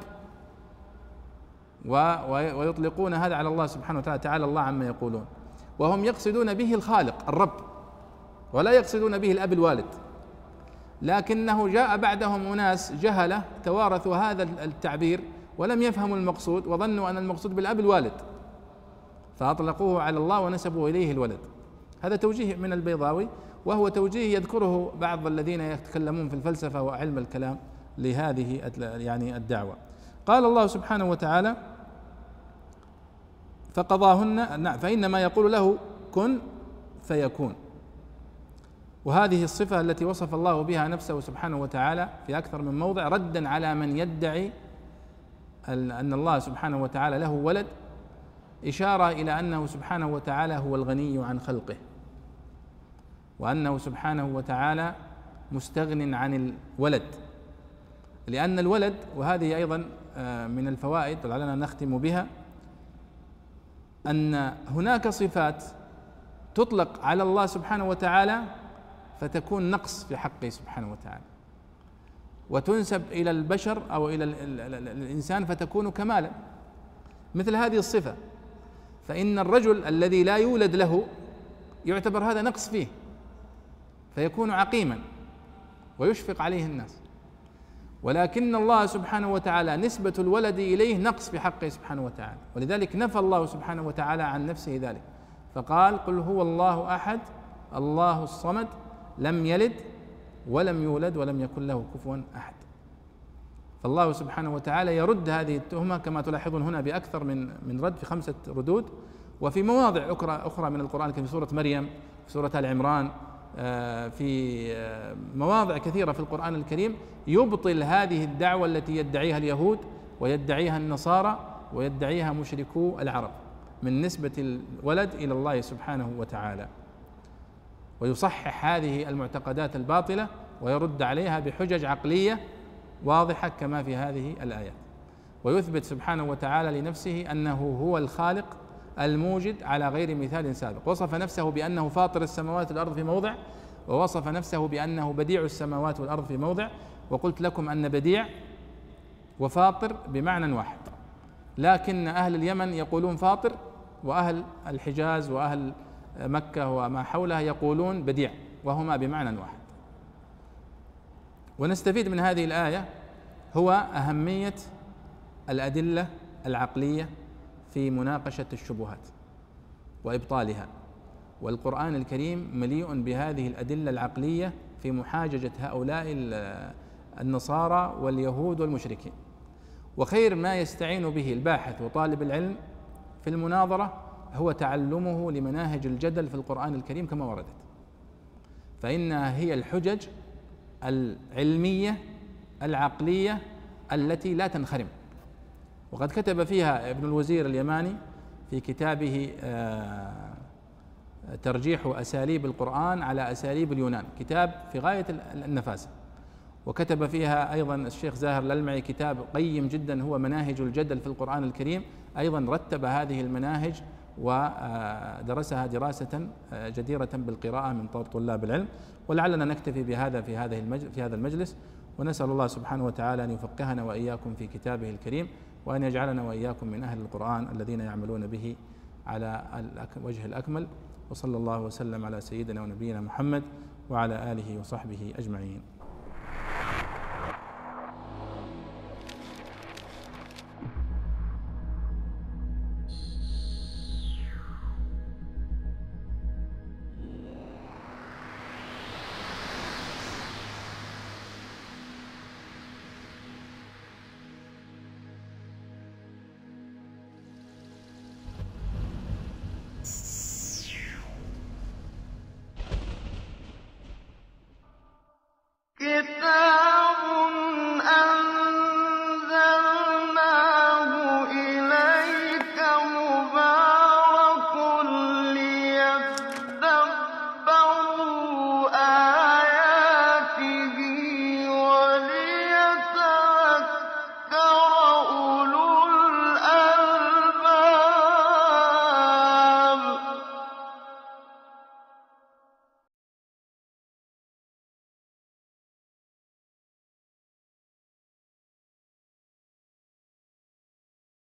ويطلقون هذا على الله سبحانه وتعالى، تعالى الله عما يقولون، وهم يقصدون به الخالق الرب ولا يقصدون به الأب الوالد. لكنه جاء بعدهم أناس جهلة توارثوا هذا التعبير ولم يفهموا المقصود وظنوا أن المقصود بالأب الوالد فأطلقوه على الله ونسبوا إليه الولد. هذا توجيه من البيضاوي، وهو توجيه يذكره بعض الذين يتكلمون في الفلسفة وعلم الكلام لهذه يعني الدعوة. قال الله سبحانه وتعالى: فقضاهن، فإنما يقول له كن فيكون. وهذه الصفة التي وصف الله بها نفسه سبحانه وتعالى في أكثر من موضع ردا على من يدعي أن الله سبحانه وتعالى له ولد، إشارة إلى أنه سبحانه وتعالى هو الغني عن خلقه، وأنه سبحانه وتعالى مستغن عن الولد، لأن الولد، وهذه أيضا من الفوائد لعلنا نختم بها، أن هناك صفات تطلق على الله سبحانه وتعالى فتكون نقص في حقه سبحانه وتعالى، وتنسب إلى البشر أو إلى الإنسان فتكون كمالا، مثل هذه الصفة. فإن الرجل الذي لا يولد له يعتبر هذا نقص فيه فيكون عقيما ويشفق عليه الناس، ولكن الله سبحانه وتعالى نسبة الولد إليه نقص في حقه سبحانه وتعالى، ولذلك نفى الله سبحانه وتعالى عن نفسه ذلك فقال: قل هو الله أحد الله الصمد لم يلد ولم يولد ولم يكن له كفوا أحد. فالله سبحانه وتعالى يرد هذه التهمة كما تلاحظون هنا بأكثر من رد، في 5 ردود، وفي مواضع أخرى من القرآن في سورة مريم، في سورة آل عمران، في مواضع كثيرة في القرآن الكريم يبطل هذه الدعوة التي يدعيها اليهود ويدعيها النصارى ويدعيها مشركو العرب من نسبة الولد إلى الله سبحانه وتعالى، ويصحح هذه المعتقدات الباطلة ويرد عليها بحجج عقلية واضحة كما في هذه الآيات، ويثبت سبحانه وتعالى لنفسه أنه هو الخالق الموجد على غير مثال سابق. وصف نفسه بأنه فاطر السماوات والأرض في موضع، ووصف نفسه بأنه بديع السماوات والأرض في موضع، وقلت لكم أن بديع وفاطر بمعنى واحد، لكن أهل اليمن يقولون فاطر، وأهل الحجاز وأهل مكة وما حولها يقولون بديع، وهما بمعنى واحد. ونستفيد من هذه الآية هو أهمية الأدلة العقلية في مناقشة الشبهات، وإبطالها. والقرآن الكريم مليء بهذه الأدلة العقلية في محاججة هؤلاء النصارى واليهود والمشركين. وخير ما يستعين به الباحث وطالب العلم في المناظرة هو تعلمه لمناهج الجدل في القرآن الكريم كما وردت، فإنها هي الحجج العلمية العقلية التي لا تنخرم. وقد كتب فيها ابن الوزير اليماني في كتابه ترجيح أساليب القرآن على أساليب اليونان، كتاب في غاية النفاسة. وكتب فيها أيضا الشيخ زاهر الألمعي كتاب قيم جدا هو مناهج الجدل في القرآن الكريم، أيضا رتب هذه المناهج ودرسها دراسة جديرة بالقراءة من طلاب العلم. ولعلنا نكتفي بهذا في هذا المجلس، ونسأل الله سبحانه وتعالى أن يفقهنا وإياكم في كتابه الكريم، وأن يجعلنا وإياكم من أهل القرآن الذين يعملون به على الوجه الأكمل. وصلى الله وسلم على سيدنا ونبينا محمد وعلى آله وصحبه أجمعين.